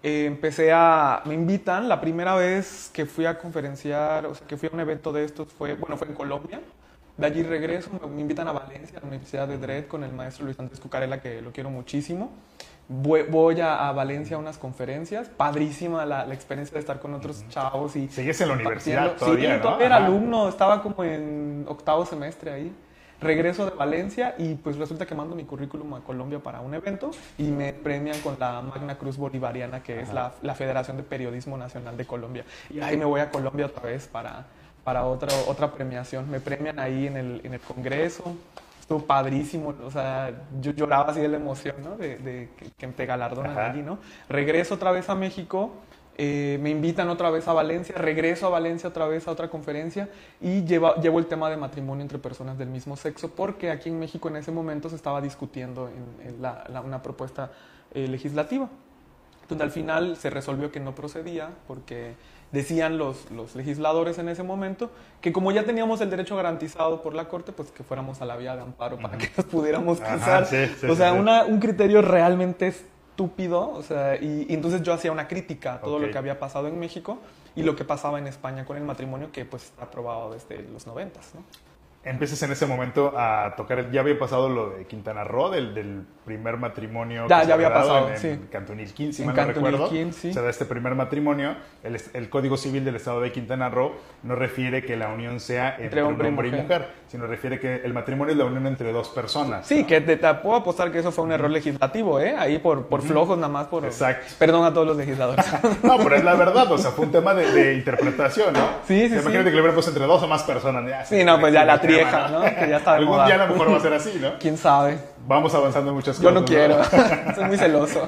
eh, empecé a... Me invitan, la primera vez que fui a conferenciar, o sea, que fui a un evento de estos fue, bueno, fue en Colombia. De allí regreso, me, me invitan a Valencia, a la Universidad de Dred, con el maestro Luis Andrés Cucarella, que lo quiero muchísimo. Voy, voy a, a Valencia a unas conferencias, padrísima la, la experiencia de estar con otros chavos. Y ¿sigues en la universidad todavía, sí, no? todavía era alumno, estaba como en octavo semestre ahí. Regreso de Valencia y pues resulta que mando mi currículum a Colombia para un evento y me premian con la Magna Cruz Bolivariana, que es la, la Federación de Periodismo Nacional de Colombia. Y ahí me voy a Colombia otra vez para, para otra, otra premiación. Me premian ahí en el, en el Congreso. Estuvo padrísimo, o sea, yo lloraba así de la emoción, ¿no? De, de que, que te galardonan allí, ¿no? Regreso otra vez a México, eh, me invitan otra vez a Valencia, regreso a Valencia otra vez a otra conferencia y lleva, llevo el tema de matrimonio entre personas del mismo sexo, porque aquí en México en ese momento se estaba discutiendo en, en la, la, una propuesta eh, legislativa, donde al final se resolvió que no procedía porque decían los, los legisladores en ese momento que como ya teníamos el derecho garantizado por la Corte, pues que fuéramos a la vía de amparo para que nos pudiéramos casar. Ajá, sí, sí, o sea, sí, una, un criterio realmente estúpido, o sea, y, y entonces yo hacía una crítica a todo okay. lo que había pasado en México y lo que pasaba en España con el matrimonio, que pues está aprobado desde los noventas, ¿no? Empiezas en ese momento a tocar, ya había pasado lo de Quintana Roo, del, del primer matrimonio ya, que ya había pasado, en, sí. en Cantunilquín, si en mal no recuerdo. Sí. Se da este primer matrimonio. El, el Código Civil del Estado de Quintana Roo no refiere que la unión sea entre, entre hombre, hombre y mujer. mujer, sino refiere que el matrimonio es la unión entre dos personas. Sí, ¿no? Que te, te puedo apostar que eso fue un error legislativo, ¿eh? Ahí por, por uh-huh. flojos nada más. Por, Exacto. Perdón a todos los legisladores. No, pero es la verdad, o sea, fue un tema de, de interpretación, ¿no? Sí, sí, sí. Imagínate que le hubieran puesto entre dos o más personas. Ya, sí, no, pues ya la trieja, ¿no? Que ya está de Algún moda. día a lo mejor va a ser así, ¿no? ¿Quién sabe? Vamos avanzando en muchas Yo cosas. no quiero, ¿no? Soy muy celoso.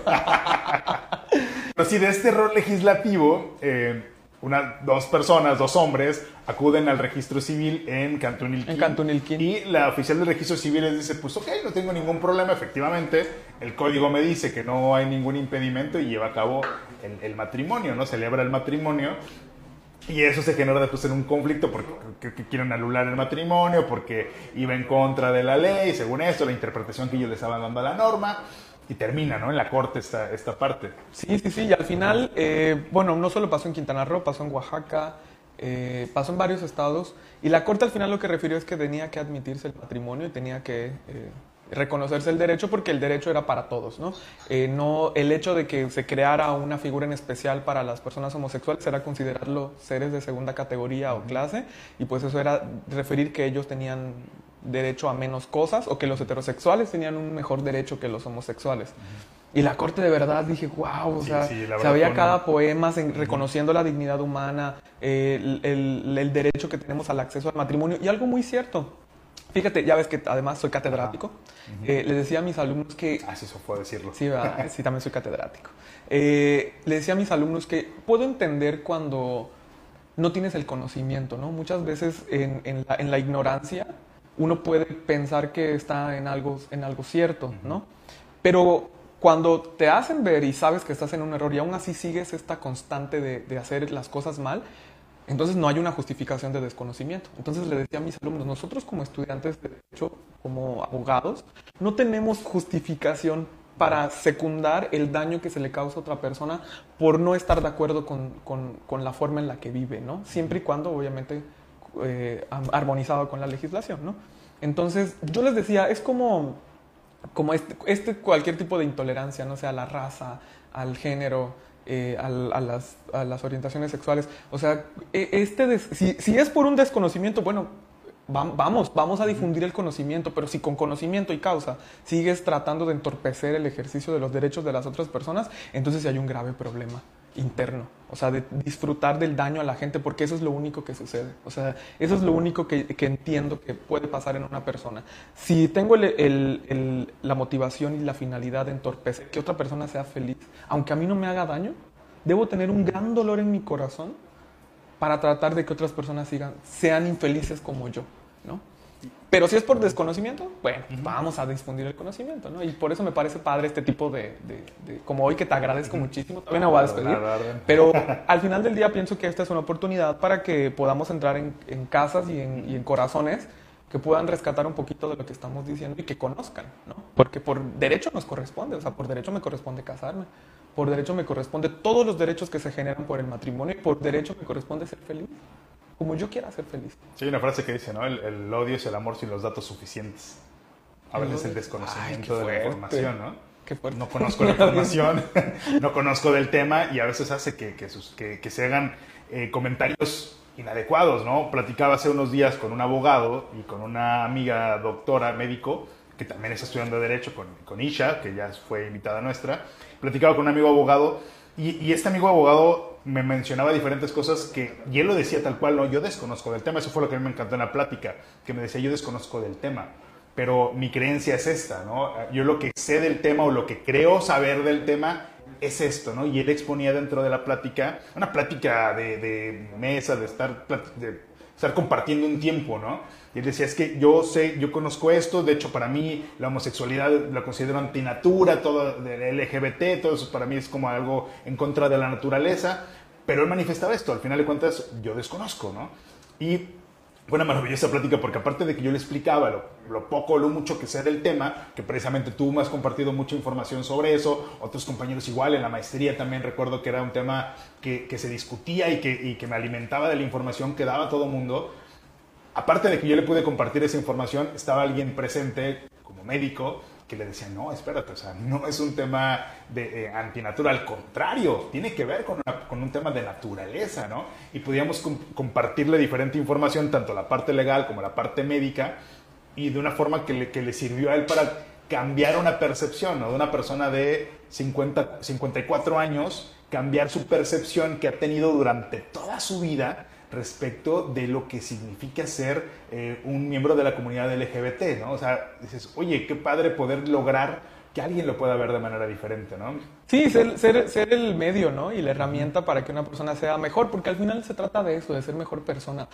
Pero sí, de este error legislativo, eh, una, dos personas, dos hombres, acuden al registro civil en Cantunilquín. En Cantunilquín. Y la oficial del registro civil les dice, pues ok, no tengo ningún problema, efectivamente, el código me dice que no hay ningún impedimento y lleva a cabo el, el matrimonio, ¿no? Celebra el matrimonio. Y eso se genera después en un conflicto porque que, que quieren anular el matrimonio, porque iba en contra de la ley, según esto, la interpretación que ellos les estaban dando a la norma, y termina, ¿no? En la corte esta, esta parte. Sí, sí, sí, y al final, eh, bueno, no solo pasó en Quintana Roo, pasó en Oaxaca, eh, pasó en varios estados, y la corte al final lo que refirió es que tenía que admitirse el matrimonio y tenía que... Eh, reconocerse el derecho porque el derecho era para todos, ¿no? Eh, no el hecho de que se creara una figura en especial para las personas homosexuales era considerarlo seres de segunda categoría o clase y pues eso era referir que ellos tenían derecho a menos cosas o que los heterosexuales tenían un mejor derecho que los homosexuales. Uh-huh. Y la corte de verdad dije, wow, o sí, sea, sí, sabía con... cada poema en, reconociendo la dignidad humana, eh, el, el, el derecho que tenemos al acceso al matrimonio y algo muy cierto. Fíjate, ya ves que además soy catedrático. Uh-huh. eh, les decía a mis alumnos que... Ah, sí, eso fue decirlo. Sí, ¿verdad? Sí, también soy catedrático. Eh, les decía a mis alumnos que puedo entender cuando no tienes el conocimiento, ¿no? Muchas veces en, en, la, en la ignorancia uno puede pensar que está en algo, en algo cierto, ¿no? Uh-huh. Pero cuando te hacen ver y sabes que estás en un error y aún así sigues esta constante de, de hacer las cosas mal, entonces no hay una justificación de desconocimiento. Entonces le decía a mis alumnos, nosotros como estudiantes de derecho, como abogados, no tenemos justificación para secundar el daño que se le causa a otra persona por no estar de acuerdo con, con, con la forma en la que vive, ¿no? Siempre y cuando, obviamente, eh, armonizado con la legislación, ¿no? Entonces yo les decía, es como, como este, este cualquier tipo de intolerancia, no sea a la raza, al género, Eh, a, a, las, a las orientaciones sexuales. O sea, este des, si, si es por un desconocimiento, bueno, va, vamos, vamos a difundir el conocimiento, pero si con conocimiento y causa sigues tratando de entorpecer el ejercicio de los derechos de las otras personas, entonces sí hay un grave problema interno. O sea, de disfrutar del daño a la gente, porque eso es lo único que sucede. O sea, eso es lo único que, que entiendo que puede pasar en una persona. Si tengo el, el, el, la motivación y la finalidad de entorpecer que otra persona sea feliz, aunque a mí no me haga daño, debo tener un gran dolor en mi corazón para tratar de que otras personas sigan, sean infelices como yo, ¿no? Pero si es por desconocimiento, bueno, uh-huh. vamos a difundir el conocimiento, ¿no? Y por eso me parece padre este tipo de... de, de como hoy que te agradezco uh-huh. muchísimo, también me voy a despedir. Pero al final del día pienso que esta es una oportunidad para que podamos entrar en, en casas y en, y en corazones que puedan rescatar un poquito de lo que estamos diciendo y que conozcan, ¿no? Porque por derecho nos corresponde, o sea, por derecho me corresponde casarme. por derecho me corresponde todos los derechos que se generan por el matrimonio y por derecho me corresponde ser feliz, como yo quiera ser feliz. Sí, hay una frase que dice, ¿no? El, el odio es el amor sin los datos suficientes. A veces el desconocimiento Ay, de la información, ¿no? Qué fuerte. No conozco la información, no conozco del tema y a veces hace que, que, sus, que, que se hagan eh, comentarios inadecuados, ¿no? Platicaba hace unos días con un abogado y con una amiga doctora médico que también está estudiando Derecho, con, con Isha, que ya fue invitada nuestra. Platicaba con un amigo abogado y, y este amigo abogado me mencionaba diferentes cosas que, y él lo decía tal cual, no, yo desconozco del tema. Eso fue lo que a mí me encantó en la plática, que me decía, yo desconozco del tema, pero mi creencia es esta, ¿no? Yo lo que sé del tema o lo que creo saber del tema es esto, ¿no? Y él exponía dentro de la plática, una plática de, de mesa, de estar, de estar compartiendo un tiempo, ¿no? Y él decía, es que yo sé, yo conozco esto, de hecho para mí la homosexualidad la considero antinatura, todo el L G B T, todo eso para mí es como algo en contra de la naturaleza, pero él manifestaba esto, al final de cuentas yo desconozco, ¿no? Y fue una maravillosa plática porque aparte de que yo le explicaba lo, lo poco o lo mucho que sé del tema, que precisamente tú me has compartido mucha información sobre eso, otros compañeros igual, en la maestría también recuerdo que era un tema que, que se discutía y que, y que me alimentaba de la información que daba todo mundo. Aparte de que yo le pude compartir esa información, estaba alguien presente como médico que le decía, no, espérate, o sea, no es un tema de eh, antinatura, al contrario, tiene que ver con, una, con un tema de naturaleza, ¿no? Y podíamos com- compartirle diferente información, tanto la parte legal como la parte médica, y de una forma que le, que le sirvió a él para cambiar una percepción, ¿no? De una persona de cincuenta, cincuenta y cuatro años, cambiar su percepción que ha tenido durante toda su vida respecto de lo que significa ser eh, un miembro de la comunidad L G B T, ¿no? O sea, dices, oye, qué padre poder lograr que alguien lo pueda ver de manera diferente, ¿no? Sí, ser, ser, ser el medio, ¿no? Y la herramienta para que una persona sea mejor, porque al final se trata de eso, de ser mejor persona.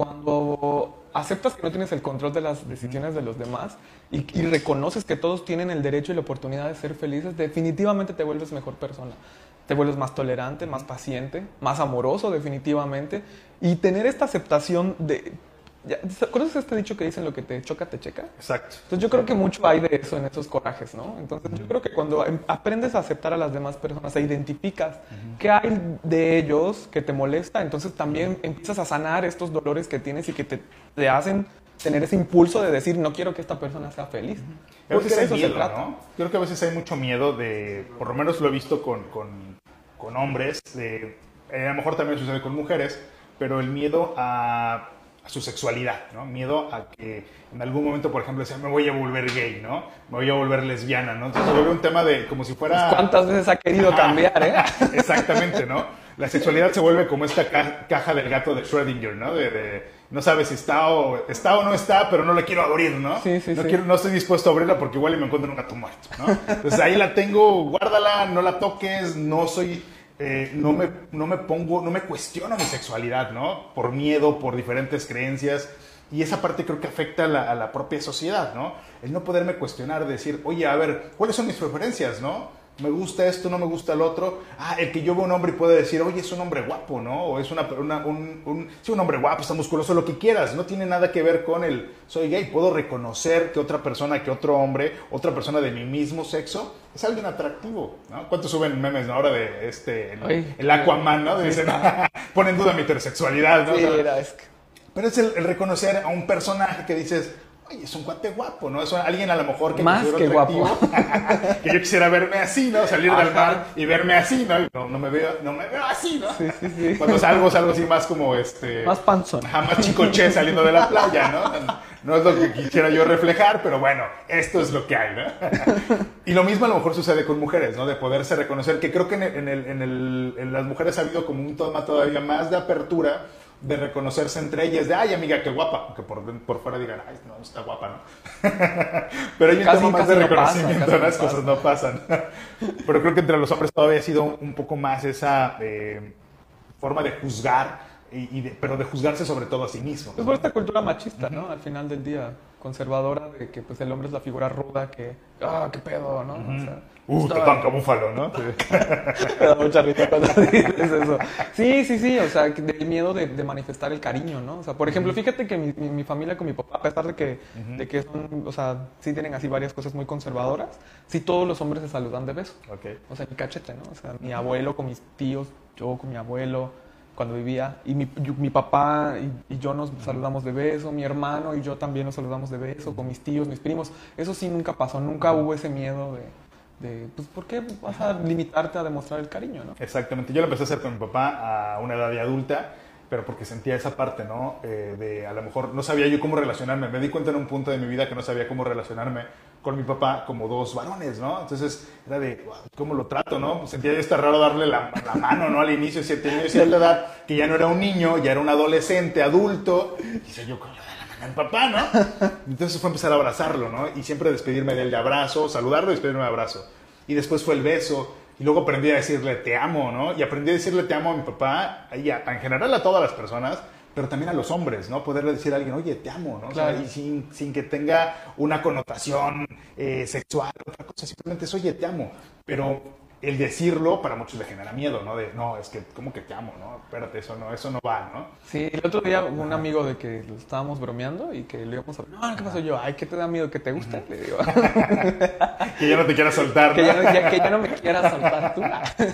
Cuando aceptas que no tienes el control de las decisiones de los demás y, y reconoces que todos tienen el derecho y la oportunidad de ser felices, definitivamente te vuelves mejor persona. Te vuelves más tolerante, más paciente, más amoroso definitivamente. Y tener esta aceptación de... Ya, ¿conoces este dicho que dicen lo que te choca, te checa? Exacto. Entonces yo creo que mucho hay de eso en esos corajes, ¿no? Entonces yo creo que cuando aprendes a aceptar a las demás personas, e identificas uh-huh. qué hay de ellos que te molesta, entonces también empiezas a sanar estos dolores que tienes y que te, te hacen tener ese impulso de decir, no quiero que esta persona sea feliz. Uh-huh. Porque de eso miedo, se trata. ¿No? Creo que a veces hay mucho miedo de, por lo menos lo he visto con, con, con hombres, de, eh, a lo mejor también sucede con mujeres, pero el miedo a, a su sexualidad, ¿no? Miedo a que en algún momento, por ejemplo, decía, me voy a volver gay, ¿no? Me voy a volver lesbiana, ¿no? Entonces se vuelve un tema de como si fuera... ¿Cuántas veces ha querido cambiar, eh? Exactamente, ¿no? La sexualidad se vuelve como esta ca- caja del gato de Schrödinger, ¿no? De, de, no sabes si está o, está o no está, pero no la quiero abrir, ¿no? Sí, sí, no, sí. Quiero, no estoy dispuesto a abrirla porque igual me encuentro en un gato muerto, ¿no? Entonces ahí la tengo, guárdala, no la toques, no soy... Eh, no, me, no me pongo, no me cuestiono mi sexualidad, ¿no? Por miedo, por diferentes creencias. Y esa parte creo que afecta a la, a la propia sociedad, ¿no? El no poderme cuestionar, decir, oye, a ver, ¿cuáles son mis preferencias, no? Me gusta esto, no me gusta el otro. Ah, el que yo veo un hombre y puede decir, oye, es un hombre guapo, ¿no? O es una, una, un, un, sí, un hombre guapo, está musculoso, lo que quieras. No tiene nada que ver con el soy gay. Puedo reconocer que otra persona, que otro hombre, otra persona de mi mismo sexo, es alguien atractivo, ¿no? ¿Cuántos suben memes, ¿no? Ahora de este, el, Oye, el Aquaman, ¿no? Dicen, pone en duda mi heterosexualidad, ¿no? Sí, O sea, era, es que... Pero es el, el reconocer a un personaje que dices, oye, es un cuate guapo, ¿no? Es alguien a lo mejor que más que guapo. que yo quisiera verme así, ¿no? Salir Ajá. del mar y verme así, ¿no? No, no me veo, no me veo así, ¿no? Sí, sí, sí. Cuando salgo, salgo así más como este... Más panzón. Ajá, más chicoche saliendo de la playa, ¿no? No es lo que quisiera yo reflejar, pero bueno, esto es lo que hay, ¿no? Y lo mismo a lo mejor sucede con mujeres, ¿no? De poderse reconocer, que creo que en, el, en, el, en, el, en las mujeres ha habido como un toma todavía más de apertura, de reconocerse entre ellas, de, ay, amiga, qué guapa, aunque por, por fuera digan, ay, no, está guapa, ¿no? Pero hay un casi, tema más de no reconocimiento, pasa, las no cosas no pasan. Pero creo que entre los hombres todavía ha sido un poco más esa eh, forma de juzgar y, y de, pero de juzgarse sobre todo a sí mismo. Pues por esta cultura machista, ¿no? Al final del día, conservadora, de que pues el hombre es la figura ruda que, ah, qué pedo, ¿no? Uh-huh. O sea, uh, te tanca búfalo, ¿no? Sí. Me da mucha risa cuando dices eso. Sí, sí, sí, o sea, del miedo de, de manifestar el cariño, ¿no? O sea, por ejemplo, fíjate que mi, mi, mi familia con mi papá, a pesar de que, uh-huh. de que son, o sea, sí tienen así varias cosas muy conservadoras, sí todos los hombres se saludan de beso. Okay. O sea, mi cachete, ¿no? O sea, mi abuelo con mis tíos, yo con mi abuelo, cuando vivía, y mi, yo, mi papá y, y yo nos saludamos de beso, mi hermano y yo también nos saludamos de beso, con mis tíos, mis primos. Eso sí nunca pasó, nunca hubo ese miedo de, de pues, ¿por qué vas a limitarte a demostrar el cariño, no? Exactamente. Yo lo empecé a hacer con mi papá a una edad de adulta, pero porque sentía esa parte, ¿no? Eh, de a lo mejor no sabía yo cómo relacionarme. Me di cuenta en un punto de mi vida que no sabía cómo relacionarme con mi papá como dos varones, ¿no? Entonces era de, ¿cómo lo trato, no? Pues sentía yo estar raro darle la, la mano, ¿no? Al inicio, tenía cierta edad que ya no era un niño, ya era un adolescente, adulto. Y decía yo, coño, dale la mano al papá, ¿no? Entonces fue empezar a abrazarlo, ¿no? Y siempre despedirme de él de abrazo, saludarlo y despedirme de abrazo. Y después fue el beso. Y luego aprendí a decirle te amo, ¿no? Y aprendí a decirle te amo a mi papá, y a, en general a todas las personas, pero también a los hombres, ¿no? Poderle decir a alguien, oye, te amo, ¿no? Claro. O sea, y sin, sin que tenga una connotación eh, sexual, otra cosa, simplemente es, oye, te amo. Pero el decirlo para muchos le genera miedo, ¿no? De, no, es que, ¿cómo que te amo, no? Espérate, eso no, eso no va, ¿no? Sí, el otro día un amigo de que lo estábamos bromeando y que le íbamos a... No, ¿qué pasó? Yo, ay, ¿qué te da miedo? ¿Que te guste? Uh-huh. Le digo. Que ya no te quieras soltar, ¿no? Que ya, ya, que ya no me quieras soltar tú.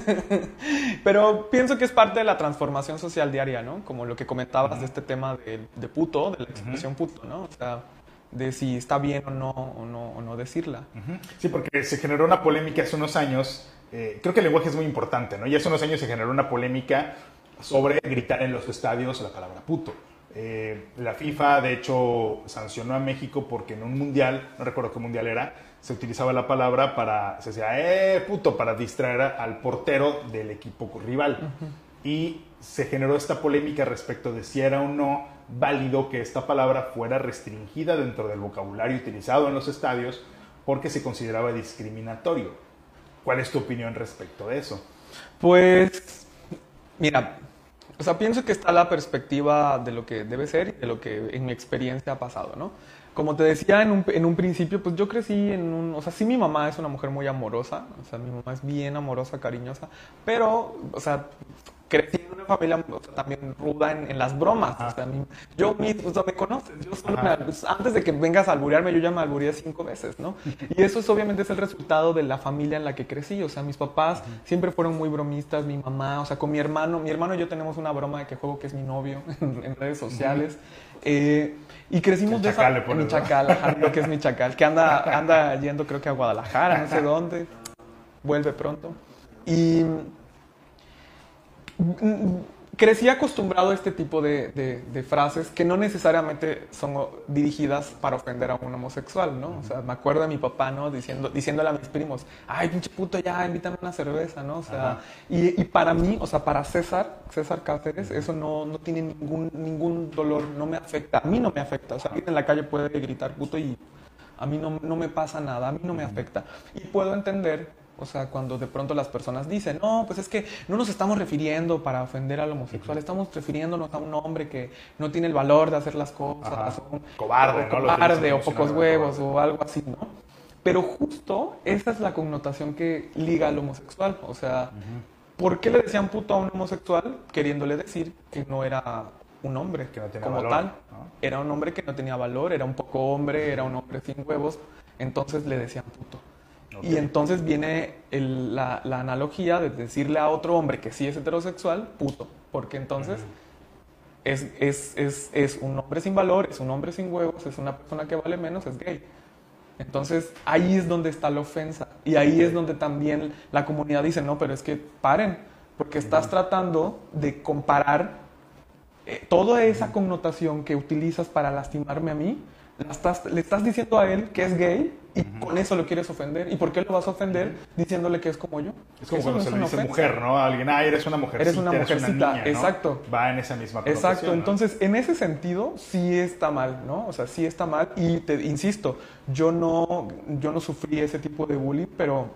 Pero pienso que es parte de la transformación social diaria, ¿no? Como lo que comentabas uh-huh. de este tema de, de puto, de la expresión uh-huh. puto, ¿no? O sea, de si está bien o no, o no, o no decirla. Uh-huh. Sí, porque se generó una polémica hace unos años. Eh, creo que el lenguaje es muy importante, ¿no? Y hace unos años se generó una polémica sobre gritar en los estadios la palabra puto. Eh, la FIFA, de hecho, sancionó a México porque en un mundial, no recuerdo qué mundial era, se utilizaba la palabra para, se decía, eh, puto, para distraer al portero del equipo rival. Uh-huh. Y se generó esta polémica respecto de si era o no válido que esta palabra fuera restringida dentro del vocabulario utilizado en los estadios porque se consideraba discriminatorio. ¿Cuál es tu opinión respecto de eso? Pues, mira, o sea, pienso que está la perspectiva de lo que debe ser y de lo que en mi experiencia ha pasado, ¿no? Como te decía en un, en un principio, pues yo crecí en un... O sea, sí mi mamá es una mujer muy amorosa, o sea, mi mamá es bien amorosa, cariñosa, pero, o sea, crecí en una familia, o sea, también ruda en, en las bromas. O sea, mi, yo, mi, o sea, me conoces, yo soy una, pues, antes de que vengas a alburearme, yo ya me albureé cinco veces, ¿no? Y eso es, obviamente es el resultado de la familia en la que crecí. O sea, mis papás uh-huh. siempre fueron muy bromistas, mi mamá, o sea, con mi hermano, mi hermano y yo tenemos una broma de que juego que es mi novio en, en redes sociales. Uh-huh. eh, y crecimos de esa... Mi chacal, ajá, lo que es mi chacal, que anda, anda yendo creo que a Guadalajara, no sé dónde, vuelve pronto. Y... crecí acostumbrado a este tipo de, de, de frases que no necesariamente son dirigidas para ofender a un homosexual, ¿no? O sea, me acuerdo de mi papá, ¿no? Diciendo, diciéndole a mis primos, ay, pinche puto, ya, invítame una cerveza, ¿no? O sea, y, y para mí, o sea, para César, César Cáceres, eso no, no tiene ningún, ningún dolor, no me afecta, a mí no me afecta. O sea, alguien en la calle puede gritar puto y a mí no, no me pasa nada, a mí no me afecta. Y puedo entender... O sea, cuando de pronto las personas dicen, no, pues es que no nos estamos refiriendo para ofender al homosexual, estamos refiriéndonos a un hombre que no tiene el valor de hacer las cosas, un, cobarde, o, ¿no? cobarde o pocos huevos o algo así, ¿no? Pero justo esa es la connotación que liga al homosexual. O sea, uh-huh. ¿por qué le decían puto a un homosexual queriéndole decir que no era un hombre que no tenía como valor, tal? ¿no? Era un hombre que no tenía valor, era un poco hombre, era un hombre sin huevos, entonces le decían puto. Okay. Y entonces viene el, la, la analogía de decirle a otro hombre que sí es heterosexual, puto. Porque entonces uh-huh. es, es, es, es un hombre sin valor, es un hombre sin huevos, es una persona que vale menos, es gay. Entonces ahí es donde está la ofensa. Y ahí okay. es donde también la comunidad dice, no, pero es que paren. Porque estás uh-huh. tratando de comparar eh, toda esa uh-huh. connotación que utilizas para lastimarme a mí. La estás, le estás diciendo a él que es gay y uh-huh. con eso lo quieres ofender. ¿Y por qué lo vas a ofender uh-huh. diciéndole que es como yo? Es como eso cuando no se es le dice ofensa. Mujer, ¿no? A alguien, ah, eres una mujercita, eres una mujercita, eres una niña, ¿no? Exacto. Va en esa misma connotación. Exacto, entonces en ese sentido sí está mal, ¿no? O sea, sí está mal y te insisto, yo no, yo no sufrí ese tipo de bullying, pero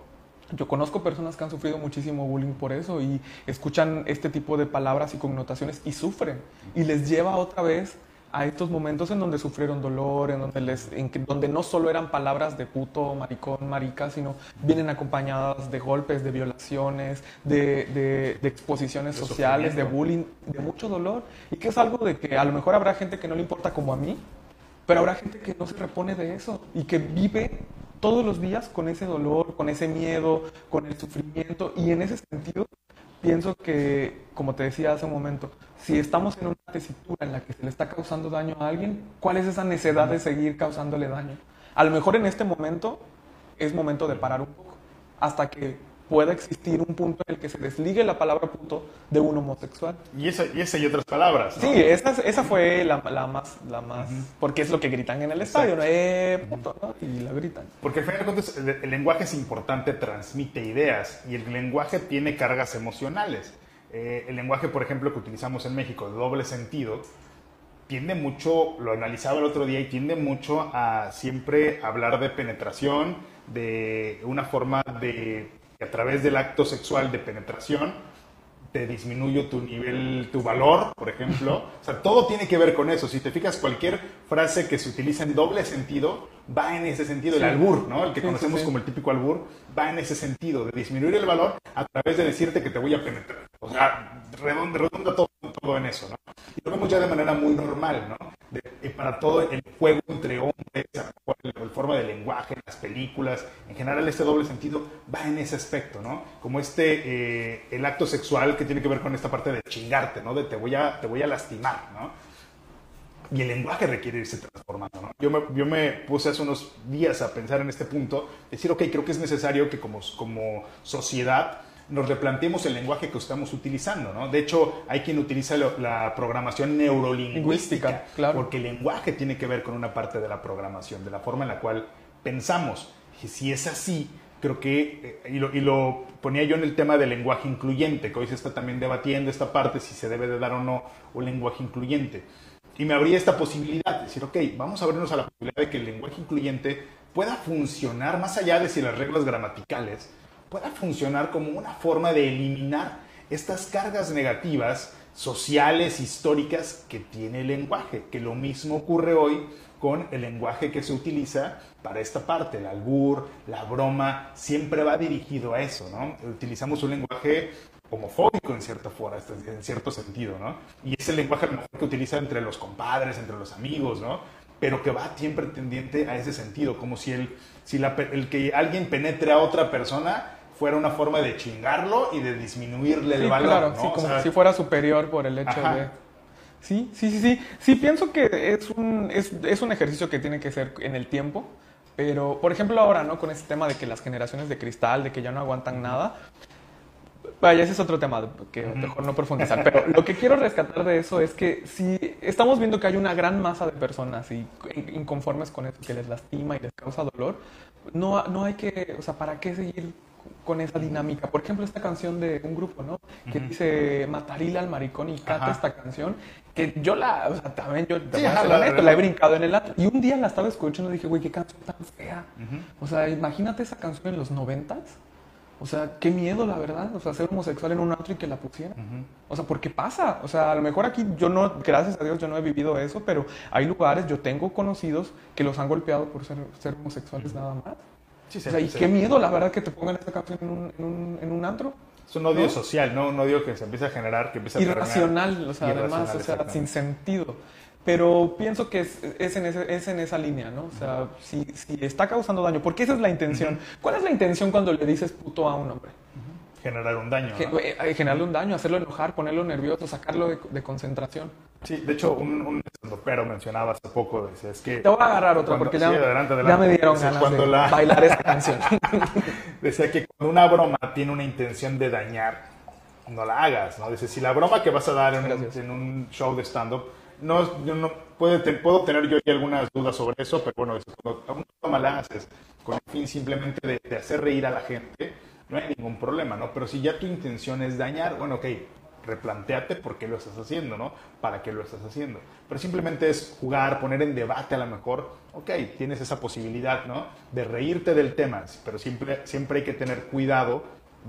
Yo conozco personas que han sufrido muchísimo bullying por eso y escuchan este tipo de palabras y connotaciones y sufren. Y les lleva otra vez a estos momentos en donde sufrieron dolor, en donde, les, en que, donde no solo eran palabras de puto, maricón, marica, sino vienen acompañadas de golpes, de violaciones, de, de, de exposiciones de sociales, de bullying, de mucho dolor. Y que es algo de que a lo mejor habrá gente que no le importa como a mí, pero habrá gente que no se repone de eso y que vive todos los días con ese dolor, con ese miedo, con el sufrimiento. Y en ese sentido, pienso que, como te decía hace un momento, si estamos en una tesitura en la que se le está causando daño a alguien, ¿cuál es esa necesidad de seguir causándole daño? A lo mejor en este momento es momento de parar un poco, hasta que pueda existir un punto en el que se desligue la palabra puto de un homosexual. Y esa y, esa y otras palabras, ¿no? Sí, esa, esa fue la, la más, la más uh-huh. porque es lo que gritan en el estadio, ¿no? Eh, puto, ¿no? Y la gritan. Porque al final de cuentas el, el lenguaje es importante, transmite ideas y el lenguaje tiene cargas emocionales. Eh, el lenguaje, por ejemplo, que utilizamos en México, de doble sentido, tiende mucho, lo analizaba el otro día, y tiende mucho a siempre hablar de penetración, de una forma de que a través del acto sexual de penetración te disminuye tu nivel, tu valor, por ejemplo. O sea, todo tiene que ver con eso. Si te fijas, cualquier frase que se utiliza en doble sentido va en ese sentido. Sí. El albur, ¿no? El que sí, conocemos sí, sí. como el típico albur, va en ese sentido, de disminuir el valor a través de decirte que te voy a penetrar. O sea, redonda, redonda todo, todo en eso, ¿no? Y lo vemos ya de manera muy normal, ¿no? De, de, para todo el juego entre hombres, la forma de lenguaje, las películas, en general este doble sentido va en ese aspecto, ¿no? Como este, eh, el acto sexual que tiene que ver con esta parte de chingarte, ¿no? De te voy a, te voy a lastimar, ¿no? Y el lenguaje requiere irse transformando, ¿no? Yo me, yo me puse hace unos días a pensar en este punto, decir, ok, creo que es necesario que como, como sociedad nos replanteemos el lenguaje que estamos utilizando, ¿no? De hecho, hay quien utiliza lo, la programación neurolingüística, claro. Porque el lenguaje tiene que ver con una parte de la programación, de la forma en la cual pensamos. Y si es así, creo que, eh, y, lo, y lo ponía yo en el tema del lenguaje incluyente, que hoy se está también debatiendo esta parte, si se debe de dar o no un lenguaje incluyente. Y me abría esta posibilidad, de decir, ok, vamos a abrirnos a la posibilidad de que el lenguaje incluyente pueda funcionar, más allá de si las reglas gramaticales, pueda funcionar como una forma de eliminar estas cargas negativas sociales, históricas que tiene el lenguaje, que lo mismo ocurre hoy con el lenguaje que se utiliza para esta parte, el albur, la broma, siempre va dirigido a eso, ¿no? Utilizamos un lenguaje homofóbico en cierta forma, en cierto sentido, ¿no? Y es el lenguaje a lo mejor que utiliza entre los compadres, entre los amigos, ¿no? Pero que va siempre tendiente a ese sentido, como si el, si la, el que alguien penetre a otra persona fuera una forma de chingarlo y de disminuirle el sí, valor, claro, ¿no? sí, como o sea, si fuera superior por el hecho ajá. de... Sí, sí, sí, sí. Sí, pienso que es un, es, es un ejercicio que tiene que ser en el tiempo, pero, por ejemplo, ahora, ¿no? Con este tema de que las generaciones de cristal, de que ya no aguantan nada, vaya, ese es otro tema que mejor no profundizar, pero lo que quiero rescatar de eso es que si estamos viendo que hay una gran masa de personas y inconformes con eso, que les lastima y les causa dolor, no, no hay que, o sea, ¿para qué seguir con esa dinámica? Por ejemplo, esta canción de un grupo, ¿no? Que uh-huh. dice Matarila al maricón y canta ajá. esta canción, que yo la, o sea, también yo sí, ajá, la, la, la he brincado en el antro, y un día la estaba escuchando y dije, güey, qué canción tan fea. Uh-huh. O sea, imagínate esa canción en los noventas. O sea, qué miedo, la verdad. O sea, ser homosexual en un antro y que la pusieran. Uh-huh. O sea, ¿por qué pasa? O sea, a lo mejor aquí yo no, gracias a Dios, yo no he vivido eso, pero hay lugares, yo tengo conocidos que los han golpeado por ser, ser homosexuales uh-huh. nada más. Sí, sí, o sea, y sí, qué miedo, la verdad, que te pongan esta canción en un, en un, en un antro. Es un odio ¿no? social, ¿no? Un odio que se empieza a generar, que empieza a irracional, o sea, además, o sea, sin sentido. Pero pienso que es, es, en ese, es en esa línea, ¿no? O sea, si, si está causando daño, porque esa es la intención. Uh-huh. ¿Cuál es la intención cuando le dices puto a un hombre? Uh-huh. Generar un daño, ¿no? Gen- generarle un daño, hacerlo enojar, ponerlo nervioso, sacarlo de, de concentración. Sí, de hecho, un, un estandopero mencionaba hace poco, decía, es que... Te voy a agarrar otra, porque ya, sí, adelante, adelante. ya me dieron ganas de la... bailar esta canción. Decía que cuando una broma tiene una intención de dañar, no la hagas, ¿no? Dice, si la broma que vas a dar en, un, en un show de stand-up, no, yo no puede, te, puedo tener yo algunas dudas sobre eso, pero bueno, cuando una broma la haces con el fin simplemente de, de hacer reír a la gente, no hay ningún problema, ¿no? Pero si ya tu intención es dañar, bueno, ok, replantéate por qué lo estás haciendo, ¿no? ¿Para qué lo estás haciendo? Pero simplemente es jugar, poner en debate a lo mejor, ok, tienes esa posibilidad, ¿no? De reírte del tema, pero siempre, siempre hay que tener cuidado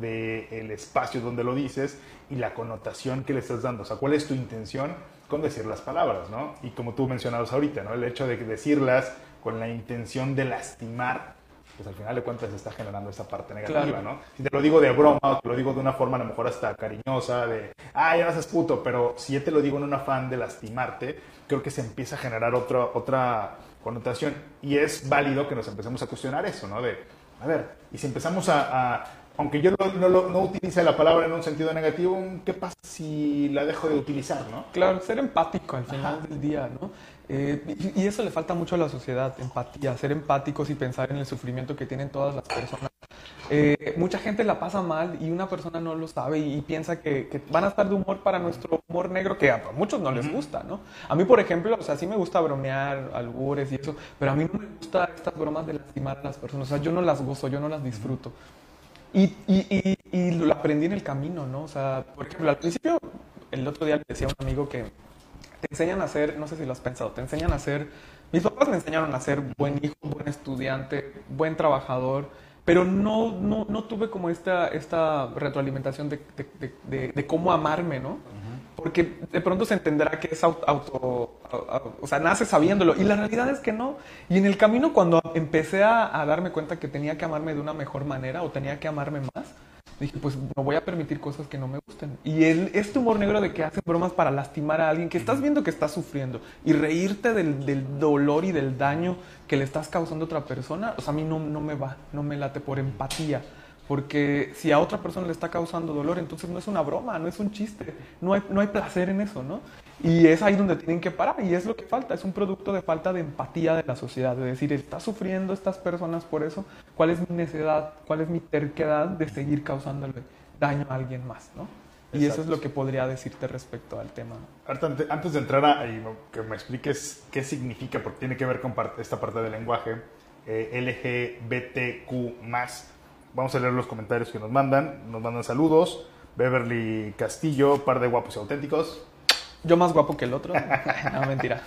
del espacio donde lo dices y la connotación que le estás dando. O sea, ¿cuál es tu intención con decir las palabras, ¿no? Y como tú mencionabas ahorita, ¿no? El hecho de decirlas con la intención de lastimar, pues al final de cuentas está generando esa parte negativa, claro, ¿no? Si te lo digo de broma, o te lo digo de una forma a lo mejor hasta cariñosa, de, ah, ya no seas puto, pero si yo te lo digo en un afán de lastimarte, creo que se empieza a generar otra, otra connotación. Y es válido que nos empecemos a cuestionar eso, ¿no? De, a ver, y si empezamos a, a aunque yo no, no, no utilice la palabra en un sentido negativo, ¿qué pasa si la dejo de utilizar, no? Claro, ser empático al final Ajá. del día, ¿no? Eh, y, y eso le falta mucho a la sociedad, empatía, ser empáticos y pensar en el sufrimiento que tienen todas las personas. Eh, mucha gente la pasa mal y una persona no lo sabe y, y piensa que, que van a estar de humor para nuestro humor negro, que a muchos no les gusta, ¿no? A mí, por ejemplo, o sea, sí me gusta bromear, albures y eso, pero a mí no me gusta estas bromas de lastimar a las personas. O sea, yo no las gozo, yo no las disfruto. Y, y, y, y lo aprendí en el camino, ¿no? O sea, por ejemplo, al principio, el otro día le decía a un amigo que te enseñan a ser, no sé si lo has pensado, te enseñan a ser, mis papás me enseñaron a ser buen hijo, buen estudiante, buen trabajador, pero no, no, no tuve como esta, esta retroalimentación de, de, de, de, de cómo amarme, ¿no? Porque de pronto se entenderá que es auto, auto, o sea, nace sabiéndolo. Y la realidad es que no. Y en el camino, cuando empecé a, a darme cuenta que tenía que amarme de una mejor manera o tenía que amarme más, dije, pues no voy a permitir cosas que no me gusten. Y el, este humor negro de que hacen bromas para lastimar a alguien que estás viendo que está sufriendo y reírte del, del dolor y del daño que le estás causando a otra persona, o sea, a mí no, no me va, no me late por empatía. Porque si a otra persona le está causando dolor, entonces no es una broma, no es un chiste, no hay, no hay placer en eso, ¿no? Y es ahí donde tienen que parar y es lo que falta, es un producto de falta de empatía de la sociedad, de decir, ¿está sufriendo estas personas por eso? ¿Cuál es mi necedad, cuál es mi terquedad de seguir causándole daño a alguien más, ¿no? Y Exacto. Eso es lo que podría decirte respecto al tema. Antes de entrar a y que me expliques qué significa, porque tiene que ver con parte, esta parte del lenguaje, eh, L G B T Q más, vamos a leer los comentarios que nos mandan. Nos mandan saludos. Beverly Castillo, par de guapos y auténticos. Yo más guapo que el otro. No, mentira.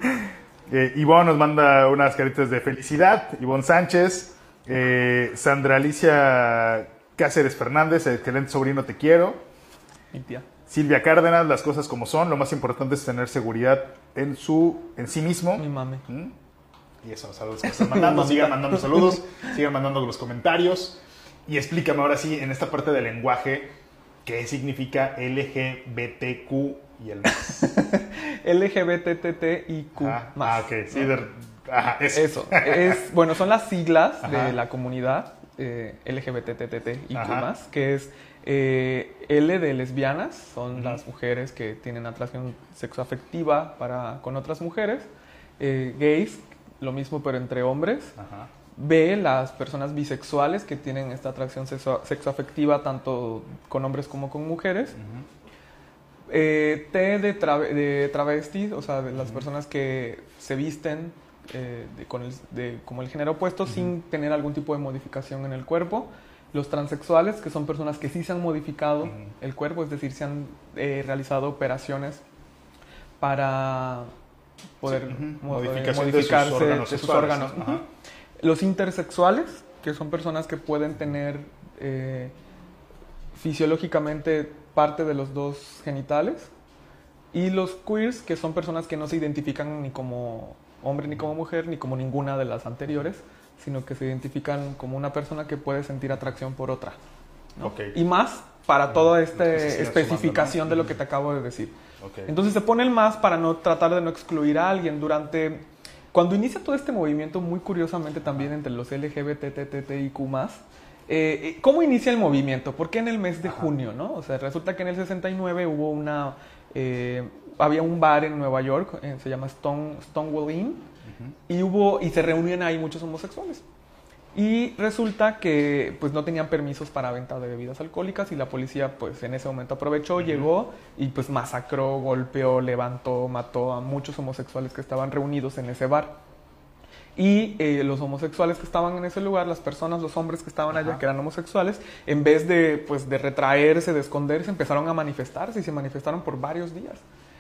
Eh, Ivonne nos manda unas caritas de felicidad. Ivonne Sánchez. Eh, Sandra Alicia Cáceres Fernández, excelente sobrino, te quiero. Mi tía. Silvia Cárdenas, las cosas como son. Lo más importante es tener seguridad en, su, en sí mismo. Mi mami. ¿Mm? Y eso, saludos que están mandando. Sigan mandando saludos. Sigan mandando los comentarios. Y explícame ahora sí, en esta parte del lenguaje, ¿qué significa L G B T Q y el más? L G B T T I Q Ajá. más. Ah, ok. Sí, de, ajá, eso. Eso. Es, bueno, son las siglas Ajá. de la comunidad eh, L G B T T I Q más, que es eh, L de lesbianas, son uh-huh. las mujeres que tienen atracción sexoafectiva para, con otras mujeres. Eh, gays, lo mismo pero entre hombres. Ajá. B, las personas bisexuales que tienen esta atracción sexo, sexoafectiva tanto con hombres como con mujeres. Uh-huh. eh, T de, trave, de travestis, o sea, de las uh-huh. personas que se visten eh, de, con el, de, como el género opuesto uh-huh. sin tener algún tipo de modificación en el cuerpo. Los transexuales, que son personas que sí se han modificado uh-huh. el cuerpo, es decir, se han eh, realizado operaciones para poder sí, uh-huh. modificarse de sus órganos. De sus órganos. Uh-huh. Los intersexuales, que son personas que pueden tener eh, fisiológicamente parte de los dos genitales. Y los queers, que son personas que no se identifican ni como hombre ni como mujer, ni como ninguna de las anteriores, sino que se identifican como una persona que puede sentir atracción por otra, ¿no? Okay. Y más para toda esta especificación de lo que te acabo de decir. Okay. Entonces se pone el más para no tratar de no excluir a alguien. Durante... Cuando inicia todo este movimiento, muy curiosamente también entre los L G B T T I Q más, eh, ¿cómo inicia el movimiento? ¿Por qué en el mes de Ajá. junio, no? O sea, resulta que en el sesenta y nueve hubo una... Eh, había un bar en Nueva York, eh, se llama Stone, Stonewall Inn, uh-huh. y, hubo, y se reunían ahí muchos homosexuales. Y resulta que pues no tenían permisos para venta de bebidas alcohólicas y la policía pues en ese momento aprovechó, uh-huh. llegó y pues masacró, golpeó, levantó, mató a muchos homosexuales que estaban reunidos en ese bar. Y eh, los homosexuales que estaban en ese lugar, las personas, los hombres que estaban allá, Ajá. que eran homosexuales, en vez de, pues, de retraerse, de esconderse, empezaron a manifestarse y se manifestaron por varios días.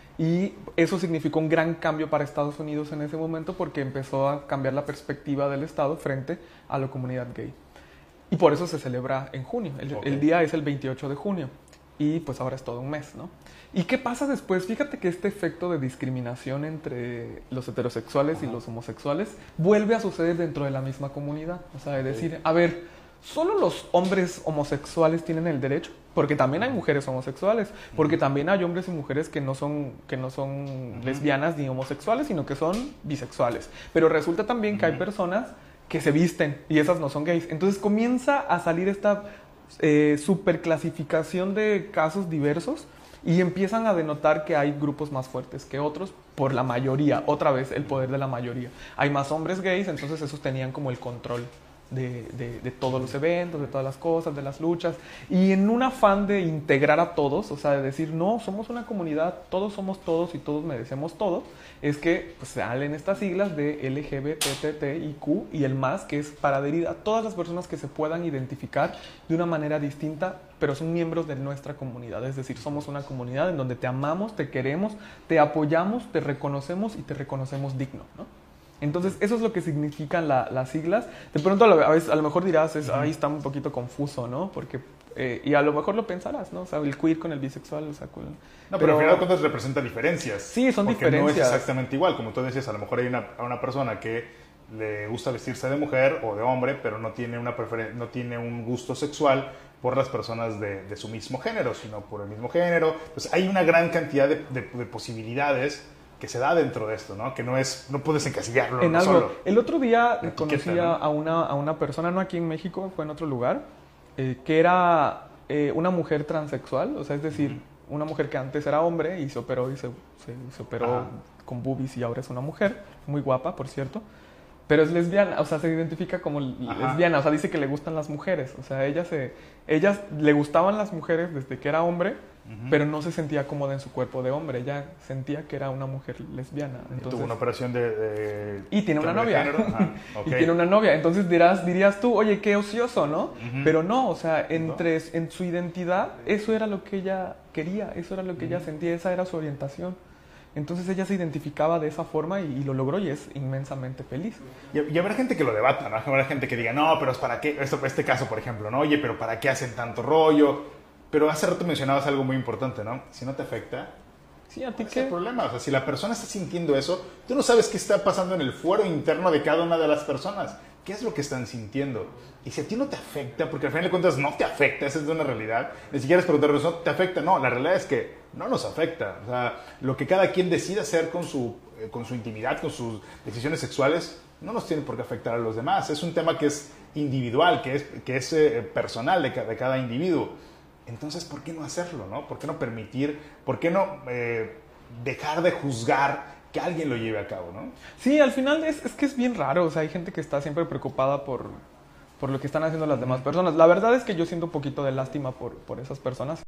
Y eso significó un gran cambio para Estados Unidos en ese momento porque empezó a cambiar la perspectiva del Estado frente a la comunidad gay. Y por eso se celebra en junio. El, Okay. el día es el veintiocho de junio. Y pues ahora es todo un mes, ¿no? ¿Y qué pasa después? Fíjate que este efecto de discriminación entre los heterosexuales y los homosexuales vuelve a suceder dentro de la misma comunidad. O sea, de decir, a ver, ¿solo los hombres homosexuales tienen el derecho? Porque también hay mujeres homosexuales, porque también hay hombres y mujeres que no son, que no son lesbianas ni homosexuales, sino que son bisexuales. Pero resulta también que hay personas que se visten y esas no son gays. Entonces comienza a salir esta eh, superclasificación de casos diversos y empiezan a denotar que hay grupos más fuertes que otros por la mayoría. Otra vez, el poder de la mayoría. Hay más hombres gays, entonces esos tenían como el control de, de, de todos los eventos, de todas las cosas, de las luchas. Y en un afán de integrar a todos, o sea, de decir, no, somos una comunidad, todos somos todos y todos merecemos todo, es que pues, salen estas siglas de L G B T T I Q y el más, que es para adherir a todas las personas que se puedan identificar de una manera distinta, pero son miembros de nuestra comunidad. Es decir, somos una comunidad en donde te amamos, te queremos, te apoyamos, te reconocemos y te reconocemos digno, ¿no? Entonces, eso es lo que significan la, las siglas. De pronto, a, la, a, veces, a lo mejor dirás, es, ahí está un poquito confuso, ¿no? Porque, eh, y a lo mejor lo pensarás, ¿no? O sea, el queer con el bisexual, o sea, con... No, pero, pero al final de cuentas representa diferencias. Sí, son porque diferencias. No es exactamente igual. Como tú decías, a lo mejor hay una, una persona que le gusta vestirse de mujer o de hombre, pero no tiene, una preferen- no tiene un gusto sexual por las personas de, de su mismo género, sino por el mismo género. Pues hay una gran cantidad de, de, de posibilidades que se da dentro de esto, ¿no? Que no es, no puedes encasillarlo en no algo. Solo. El otro día La conocí etiqueta, ¿no? a, una, a una persona, no aquí en México, fue en otro lugar, eh, que era eh, una mujer transexual, o sea, es decir, uh-huh. una mujer que antes era hombre y se operó y se, se, se operó uh-huh. con boobies y ahora es una mujer, muy guapa, por cierto. Pero es lesbiana, o sea, se identifica como Ajá. lesbiana, o sea, dice que le gustan las mujeres, o sea, ella se, ellas le gustaban las mujeres desde que era hombre, uh-huh. pero no se sentía cómoda en su cuerpo de hombre, ella sentía que era una mujer lesbiana. Entonces, tuvo una operación de... de y tiene una novia. Ajá, okay. Y tiene una novia, entonces dirás, dirías tú, oye, qué ocioso, ¿no? Uh-huh. Pero no, o sea, entre, no. en su identidad, eso era lo que ella quería, eso era lo que uh-huh. ella sentía, esa era su orientación. Entonces ella se identificaba de esa forma y, y lo logró y es inmensamente feliz. Y, y habrá gente que lo debata, ¿no? Habrá gente que diga, no, pero es para qué, esto, este caso, por ejemplo, ¿no? Oye, pero ¿para qué hacen tanto rollo? Pero hace rato mencionabas algo muy importante, ¿no? Si no te afecta, sí, ¿a ti no qué? es el problema. O sea, si la persona está sintiendo eso, tú no sabes qué está pasando en el fuero interno de cada una de las personas. ¿Qué es lo que están sintiendo? Y si a ti no te afecta, porque al final de cuentas no te afecta, esa es una realidad, ni siquiera es preguntarles, ¿no te afecta? No, la realidad es que no nos afecta. O sea, lo que cada quien decida hacer con su, eh, con su intimidad, con sus decisiones sexuales, no nos tiene por qué afectar a los demás. Es un tema que es individual, que es, que es eh, personal de, ca- de cada individuo. Entonces, ¿por qué no hacerlo? ¿No? ¿Por qué no permitir? ¿Por qué no eh, dejar de juzgar que alguien lo lleve a cabo, ¿no? Sí, al final es, es que es bien raro, o sea, hay gente que está siempre preocupada por, por lo que están haciendo las demás personas. La verdad es que yo siento un poquito de lástima por, por esas personas.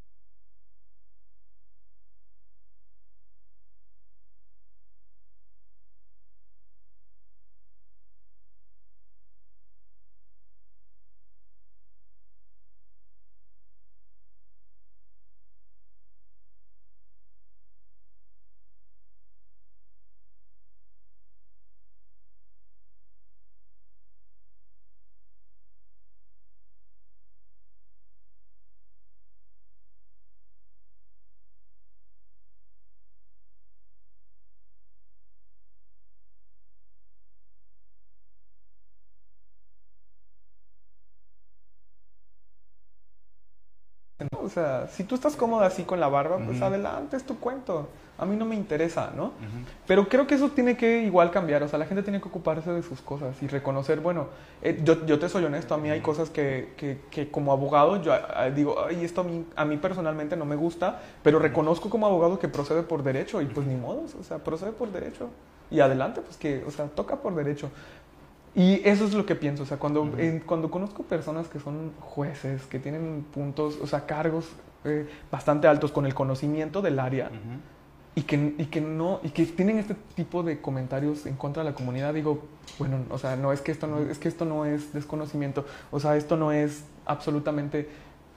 O sea, si tú estás cómoda así con la barba, pues uh-huh. adelante, es tu cuento. A mí no me interesa, ¿no? Uh-huh. Pero creo que eso tiene que igual cambiar. O sea, la gente tiene que ocuparse de sus cosas y reconocer, bueno, eh, yo, yo te soy honesto, a mí hay cosas que, que, que como abogado yo eh, digo, ay, esto a mí, a mí personalmente no me gusta, pero reconozco como abogado que procede por derecho y pues ni modo, o sea, procede por derecho. Y adelante, pues que, o sea, toca por derecho. Y eso es lo que pienso, o sea, cuando, uh-huh. eh, cuando conozco personas que son jueces, que tienen puntos, o sea, cargos eh, bastante altos con el conocimiento del área, uh-huh. y que, y que no, y que tienen este tipo de comentarios en contra de la comunidad, digo, bueno, o sea, no, es que esto no es, es que esto no es desconocimiento, o sea, esto no es absolutamente,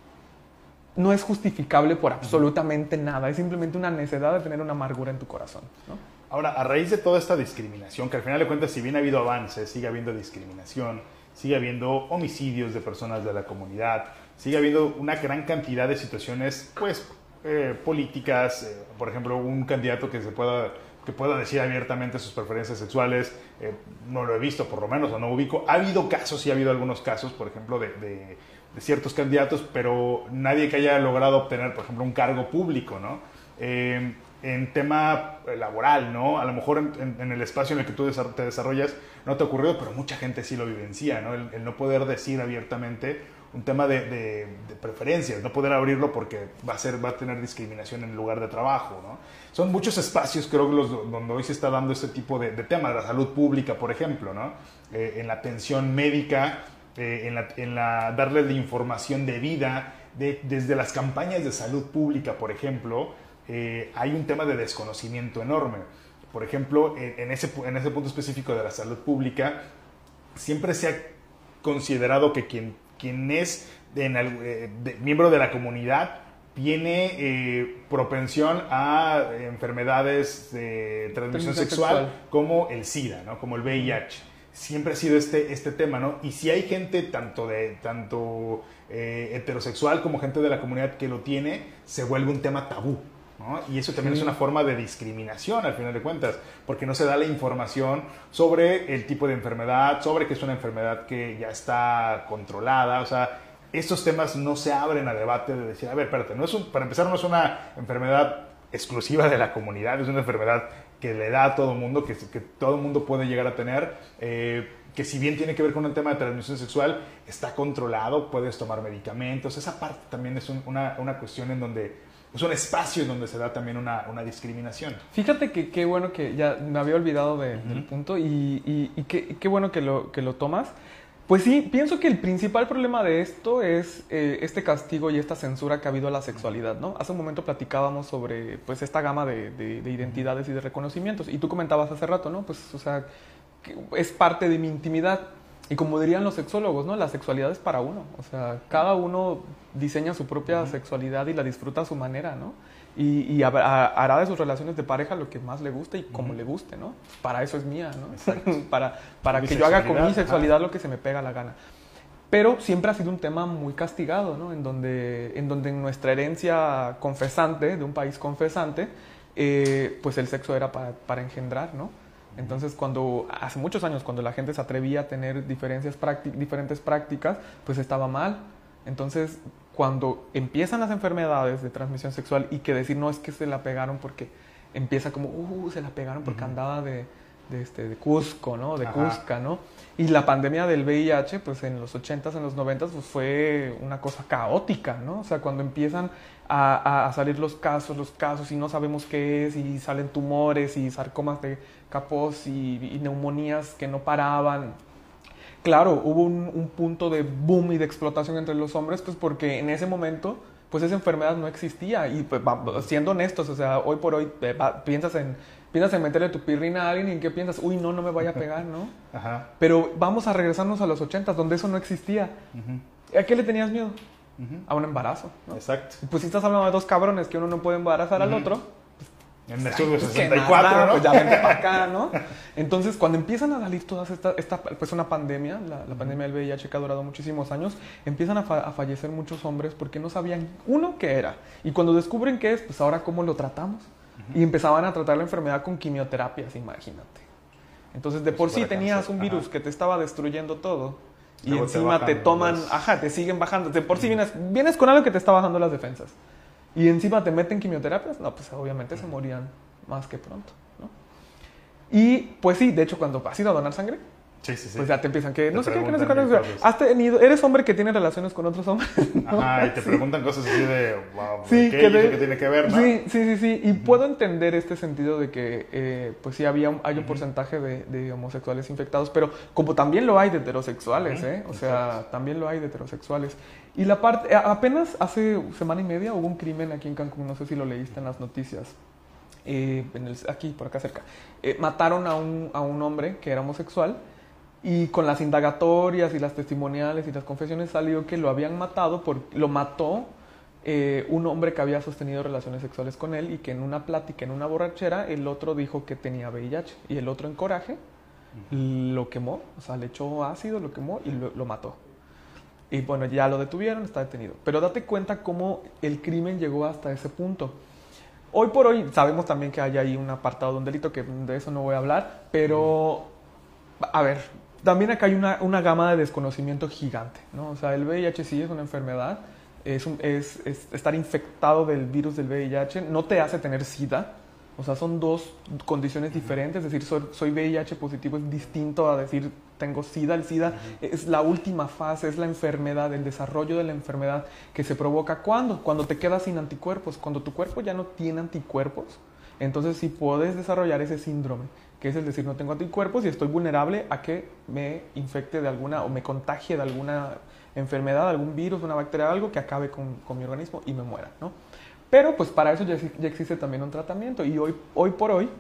no es justificable por absolutamente nada, es simplemente una necedad de tener una amargura en tu corazón, ¿no? Ahora, a raíz de toda esta discriminación, que al final de cuentas, si bien ha habido avances, sigue habiendo discriminación, sigue habiendo homicidios de personas de la comunidad, sigue habiendo una gran cantidad de situaciones, pues, eh, políticas, eh, por ejemplo, un candidato que se pueda, que pueda decir abiertamente sus preferencias sexuales, eh, no lo he visto por lo menos, o no ubico. Ha habido casos, sí ha habido algunos casos, por ejemplo, de, de, de ciertos candidatos, pero nadie que haya logrado obtener, por ejemplo, un cargo público, ¿no? Eh, en tema laboral, ¿no? A lo mejor en, en, en el espacio en el que tú te desarrollas no te ha ocurrido, pero mucha gente sí lo vivencia, ¿no? El, el no poder decir abiertamente un tema de, de, de preferencias, no poder abrirlo porque va a, ser, va a tener discriminación en el lugar de trabajo, ¿no? Son muchos espacios, creo, los, donde hoy se está dando este tipo de, de temas, la salud pública, por ejemplo, ¿no? Eh, en la atención médica, eh, en, la, en la darle la información debida, de, desde las campañas de salud pública, por ejemplo, Eh, hay un tema de desconocimiento enorme. Por ejemplo, en, en, ese, en ese punto específico de la salud pública, siempre se ha considerado que quien, quien es de, de, de, miembro de la comunidad tiene eh, propensión a enfermedades de transmisión sexual, sexual como el SIDA, ¿no? Como el V I H. Siempre ha sido este, este tema, ¿no? Y si hay gente tanto, de, tanto eh, heterosexual como gente de la comunidad que lo tiene, se vuelve un tema tabú, ¿no? Y eso también sí. es una forma de discriminación al final de cuentas, porque no se da la información sobre el tipo de enfermedad, sobre que es una enfermedad que ya está controlada. O sea, estos temas no se abren a debate de decir, a ver, espérate, no es un, para empezar no es una enfermedad exclusiva de la comunidad, es una enfermedad que le da a todo el mundo, que, que todo el mundo puede llegar a tener, eh, que si bien tiene que ver con un tema de transmisión sexual, está controlado, puedes tomar medicamentos. Esa parte también es un, una, una cuestión en donde es un espacio en donde se da también una, una discriminación. Fíjate que qué bueno que ya me había olvidado de, uh-huh. del punto y, y, y qué, qué bueno que lo, que lo tomas. Pues sí, pienso que el principal problema de esto es eh, este castigo y esta censura que ha habido a la sexualidad, ¿no? Hace un momento platicábamos sobre pues esta gama de, de, de identidades y de reconocimientos y tú comentabas hace rato, ¿no? Pues, o sea, que es parte de mi intimidad. Y como dirían los sexólogos, ¿no? La sexualidad es para uno. O sea, cada uno diseña su propia uh-huh. sexualidad y la disfruta a su manera, ¿no? Y, y hará de sus relaciones de pareja lo que más le guste y como uh-huh. le guste, ¿no? Para eso es mía, ¿no? para para que yo haga con mi sexualidad ajá. lo que se me pega la gana. Pero siempre ha sido un tema muy castigado, ¿no? En donde en, donde en nuestra herencia confesante, de un país confesante, eh, pues el sexo era para, para engendrar, ¿no? Entonces, cuando hace muchos años, cuando la gente se atrevía a tener diferencias práctic- diferentes prácticas, pues estaba mal. Entonces, cuando empiezan las enfermedades de transmisión sexual y que decir, no, es que se la pegaron porque empieza como, uh, se la pegaron porque uh-huh. andaba de, de, este, de Cusco, ¿no? De Ajá. Cusca, ¿no? Y la pandemia del V I H, pues en los ochentas, en los noventas, pues fue una cosa caótica, ¿no? O sea, cuando empiezan a, a salir los casos, los casos, y no sabemos qué es, y salen tumores, y sarcomas de Kaposi, y, y neumonías que no paraban. Claro, hubo un, un punto de boom y de explotación entre los hombres, pues porque en ese momento, pues esa enfermedad no existía. Y pues, siendo honestos, o sea, hoy por hoy eh, va, piensas en... Piensas en meterle tu pirrina a alguien y ¿en qué piensas? Uy, no, no me vaya a pegar, ¿no? Ajá. Pero vamos a regresarnos a los ochentas, donde eso no existía. Uh-huh. ¿A qué le tenías miedo? Uh-huh. A un embarazo, ¿no? Exacto. Pues si estás hablando de dos cabrones que uno no puede embarazar uh-huh. al otro, pues, en el estudio sesenta y cuatro, nada, ¿no? Pues ya vente para acá, ¿no? Entonces, cuando empiezan a salir todas estas, esta, pues una pandemia, la, la uh-huh. pandemia del V I H que ha durado muchísimos años, empiezan a, fa- a fallecer muchos hombres porque no sabían, uno, qué era. Y cuando descubren qué es, pues ahora cómo lo tratamos. Y empezaban a tratar la enfermedad con quimioterapias, imagínate. Entonces, de por sí tenías un virus ajá. que te estaba destruyendo todo. Y luego encima te, te toman, los... ajá, te siguen bajando. De por sí vienes, vienes con algo que te está bajando las defensas. Y encima te meten quimioterapias. No, pues obviamente uh-huh. se morían más que pronto, ¿no? Y pues sí, de hecho, cuando has ido a donar sangre, sí, sí, sí. pues ya te empiezan que, no sé qué, que no sé qué, has tenido, eres hombre que tiene relaciones con otros hombres, ¿no? Ajá, y te sí. preguntan cosas así de, wow, sí, ¿qué, que de, ¿qué tiene que ver, no? Sí, sí, sí, sí, y uh-huh. puedo entender este sentido de que, eh, pues sí, había un, hay un uh-huh. porcentaje de, de homosexuales infectados, pero como también lo hay de heterosexuales, uh-huh. ¿eh? O sea, exacto. También lo hay de heterosexuales. Y la parte, apenas hace semana y media hubo un crimen aquí en Cancún, no sé si lo leíste en las noticias, eh, en el, aquí, por acá cerca, eh, mataron a un, a un hombre que era homosexual y con las indagatorias y las testimoniales y las confesiones salió que lo habían matado, por, lo mató eh, un hombre que había sostenido relaciones sexuales con él y que en una plática, en una borrachera, el otro dijo que tenía V I H y el otro en coraje lo quemó, o sea, le echó ácido, lo quemó y lo, lo mató. Y bueno, ya lo detuvieron, está detenido. Pero date cuenta cómo el crimen llegó hasta ese punto. Hoy por hoy sabemos también que hay ahí un apartado de un delito, que de eso no voy a hablar, pero a ver, también acá hay una, una gama de desconocimiento gigante, ¿no? O sea, el V I H sí es una enfermedad, es, un, es, es estar infectado del virus del V I H, no te hace tener SIDA. O sea, son dos condiciones diferentes. Es decir, soy, soy V I H positivo es distinto a decir tengo SIDA. El SIDA uh-huh. es la última fase, es la enfermedad, el desarrollo de la enfermedad que se provoca. ¿Cuándo? Cuando te quedas sin anticuerpos. Cuando tu cuerpo ya no tiene anticuerpos, entonces sí puedes desarrollar ese síndrome, que es el decir, no tengo anticuerpos y estoy vulnerable a que me infecte de alguna o me contagie de alguna enfermedad, algún virus, una bacteria, algo que acabe con, con mi organismo y me muera, ¿no? Pero pues para eso ya, ya existe también un tratamiento y hoy, hoy por hoy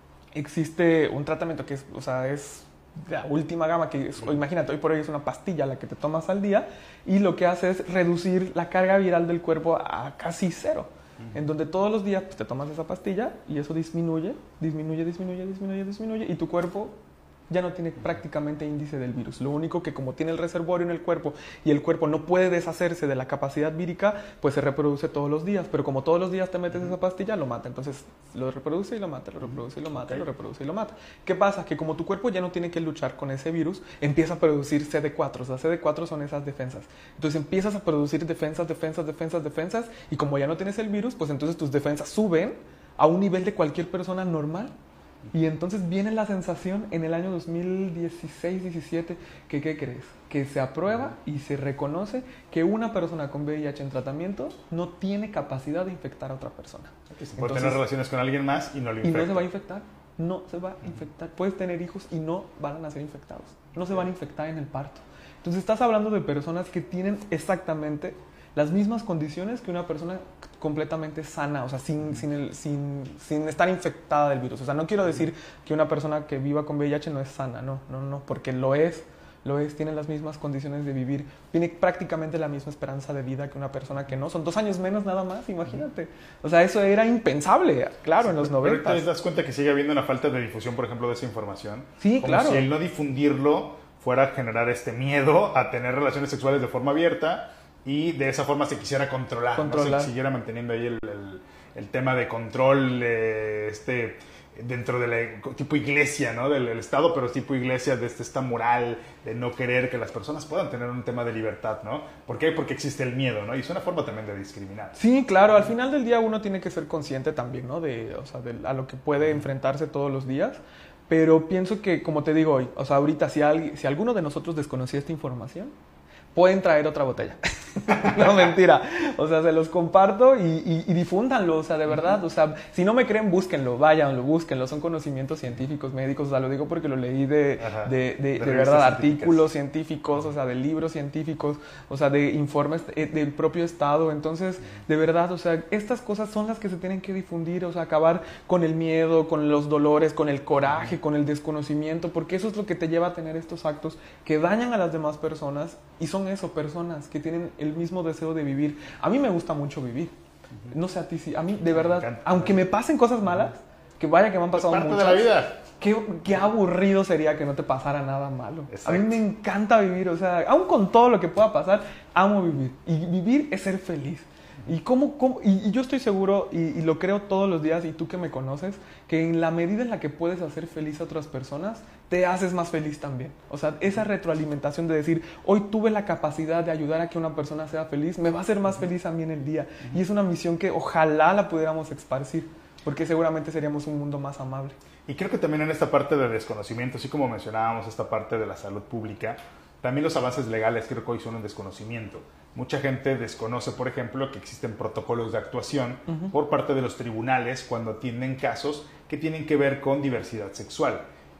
existe un tratamiento que es, o sea, es la última gama, que es, imagínate, hoy por hoy es una pastilla la que te tomas al día y lo que hace es reducir la carga viral del cuerpo a casi cero, uh-huh. en donde todos los días pues, te tomas esa pastilla y eso disminuye, disminuye, disminuye, disminuye, disminuye y tu cuerpo ya no tiene prácticamente índice del virus. Lo único que como tiene el reservorio en el cuerpo y el cuerpo no puede deshacerse de la capacidad vírica, pues se reproduce todos los días. Pero como todos los días te metes esa pastilla, lo mata. Entonces lo reproduce y lo mata, lo reproduce y lo mata, okay. lo reproduce y lo mata. ¿Qué pasa? Que como tu cuerpo ya no tiene que luchar con ese virus, empieza a producir C D cuatro. O sea, C D cuatro son esas defensas. Entonces empiezas a producir defensas, defensas, defensas, defensas. Y como ya no tienes el virus, pues entonces tus defensas suben a un nivel de cualquier persona normal. Y entonces viene la sensación en el año dos mil dieciséis diecisiete que, ¿qué crees? Que se aprueba y se reconoce que una persona con V I H en tratamiento no tiene capacidad de infectar a otra persona. Okay, se puede entonces, tener relaciones con alguien más y no lo infecta. Y no se va a infectar, no se va a infectar. Puedes tener hijos y no van a ser infectados. No se van a infectar en el parto. Entonces estás hablando de personas que tienen exactamente las mismas condiciones que una persona completamente sana, o sea, sin, sin, el, sin, sin estar infectada del virus. O sea, no quiero decir que una persona que viva con V I H no es sana, no, no, no, porque lo es, lo es, tiene las mismas condiciones de vivir, tiene prácticamente la misma esperanza de vida que una persona que no, son dos años menos nada más, imagínate. O sea, eso era impensable, claro, sí, en los noventa. Pero ahorita te das cuenta que sigue habiendo una falta de difusión, por ejemplo, de esa información. Sí, como claro. Si el no difundirlo fuera a generar este miedo a tener relaciones sexuales de forma abierta, y de esa forma se quisiera controlar, controlar. ¿no? Se siguiera manteniendo ahí el, el, el tema de control eh, este, dentro de la tipo iglesia, ¿no? Del, del Estado, pero tipo iglesia de este, esta moral de no querer que las personas puedan tener un tema de libertad, ¿no? ¿Por qué? Porque existe el miedo, ¿no? Y es una forma también de discriminar. Sí, claro, al final del día uno tiene que ser consciente también, ¿no? De, o sea, de, a lo que puede enfrentarse todos los días, pero pienso que, como te digo hoy, o sea, ahorita si, alguien, si alguno de nosotros desconocía esta información, pueden traer otra botella. No, mentira. O sea, se los comparto y, y, y difúndanlo, o sea, de verdad. O sea, si no me creen, búsquenlo, váyanlo, búsquenlo. Son conocimientos científicos, médicos. O sea, lo digo porque lo leí de, de, de, de, de verdad, artículos científicos, o sea, de libros científicos, o sea, de informes del propio Estado. Entonces, de verdad, o sea, estas cosas son las que se tienen que difundir, o sea, acabar con el miedo, con los dolores, con el coraje, con el desconocimiento, porque eso es lo que te lleva a tener estos actos que dañan a las demás personas y son eso, personas que tienen el mismo deseo de vivir. A mí me gusta mucho vivir. No sé a ti, sí. A mí, de verdad, aunque me pasen cosas malas, que vaya que me han pasado muchas. Parte de la vida. Qué, qué aburrido sería que no te pasara nada malo. Exacto. A mí me encanta vivir, o sea, aun con todo lo que pueda pasar, amo vivir. Y vivir es ser feliz. Y, cómo, cómo, y, y yo estoy seguro, y, y lo creo todos los días, y tú que me conoces, que en la medida en la que puedes hacer feliz a otras personas, te haces más feliz también. O sea, esa retroalimentación de decir, hoy tuve la capacidad de ayudar a que una persona sea feliz, me va a hacer más feliz a mí en el día. Y es una misión que ojalá la pudiéramos esparcir, porque seguramente seríamos un mundo más amable. Y creo que también en esta parte de desconocimiento, así como mencionábamos esta parte de la salud pública, también los avances legales creo que hoy son un desconocimiento. Mucha gente desconoce, por ejemplo, que existen protocolos de actuación uh-huh. por parte de los tribunales cuando atienden casos que tienen que ver con diversidad sexual.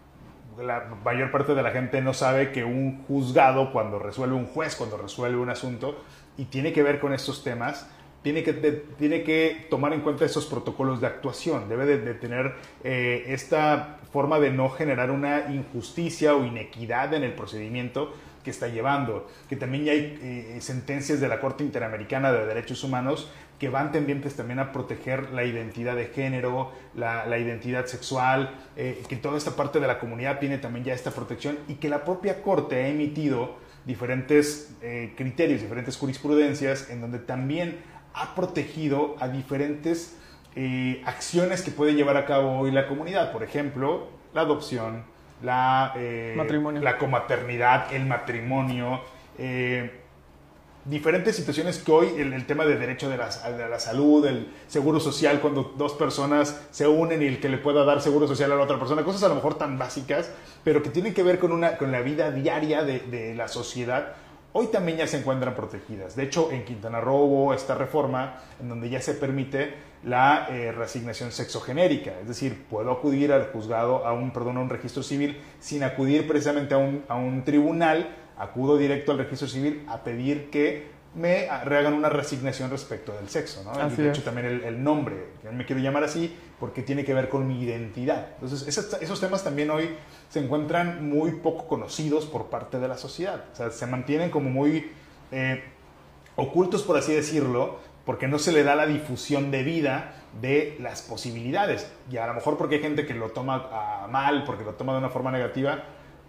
La mayor parte de la gente no sabe que un juzgado, cuando resuelve un juez, cuando resuelve un asunto, y tiene que ver con estos temas, tiene que, de, tiene que tomar en cuenta esos protocolos de actuación, debe de, de tener eh, esta forma de no generar una injusticia o inequidad en el procedimiento que está llevando, que también ya hay eh, sentencias de la Corte Interamericana de Derechos Humanos que van tendientes también a proteger la identidad de género, la, la identidad sexual, eh, que toda esta parte de la comunidad tiene también ya esta protección y que la propia Corte ha emitido diferentes eh, criterios, diferentes jurisprudencias en donde también ha protegido a diferentes eh, acciones que puede llevar a cabo hoy la comunidad. Por ejemplo, la adopción, la, eh, matrimonio. la comaternidad, el matrimonio, eh, diferentes situaciones que hoy el, el tema del derecho de la, de la salud, el seguro social, cuando dos personas se unen y el que le pueda dar seguro social a la otra persona, cosas a lo mejor tan básicas, pero que tienen que ver con, una, con la vida diaria de, de la sociedad, hoy también ya se encuentran protegidas. De hecho, en Quintana Roo hubo esta reforma en donde ya se permite la eh, reasignación sexogenérica, es decir, puedo acudir al juzgado, a un, perdón, a un registro civil sin acudir precisamente a un, a un tribunal, acudo directo al registro civil a pedir que me rehagan una reasignación respecto del sexo, ¿no? Así de hecho, es. también el, el nombre, yo me quiero llamar así porque tiene que ver con mi identidad. Entonces, esos, esos temas también hoy se encuentran muy poco conocidos por parte de la sociedad. O sea, se mantienen como muy eh, ocultos, por así decirlo, porque no se le da la difusión debida de las posibilidades. Y a lo mejor porque hay gente que lo toma a mal, porque lo toma de una forma negativa,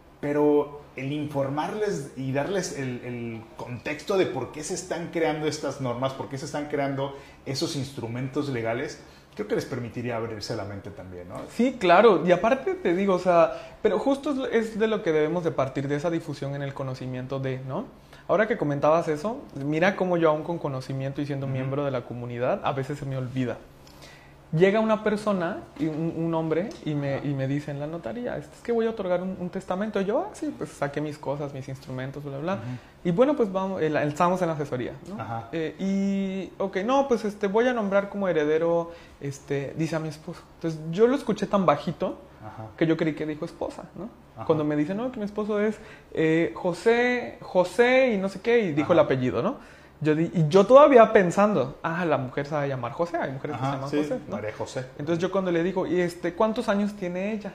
pero el informarles y darles el, el contexto de por qué se están creando estas normas, por qué se están creando esos instrumentos legales, creo que les permitiría abrirse la mente también, ¿no? Sí, claro, y aparte te digo, o sea, pero justo es de lo que debemos de partir, de esa difusión en el conocimiento de, ¿no? Ahora que comentabas eso, mira cómo yo aún con conocimiento y siendo uh-huh. miembro de la comunidad, a veces se me olvida. Llega una persona, un, un hombre, y me, y me dice en la notaría, es que voy a otorgar un, un testamento. Y yo, ah, sí, pues saqué mis cosas, mis instrumentos, bla, bla. Uh-huh. Y bueno, pues vamos, el, el, estamos en la asesoría, ¿no? Uh-huh. Eh, y, ok, no, pues este, voy a nombrar como heredero, este, dice a mi esposo. Entonces yo lo escuché tan bajito uh-huh. que yo creí que dijo esposa, ¿no? Uh-huh. Cuando me dice, no, que mi esposo es eh, José, José y no sé qué, y dijo uh-huh. el apellido, ¿no? Yo di, y yo todavía pensando, ah, la mujer se va a llamar José, hay mujeres Ajá, que se llaman sí, José, ¿no? María José. Entonces yo cuando le digo, ¿y este, cuántos años tiene ella?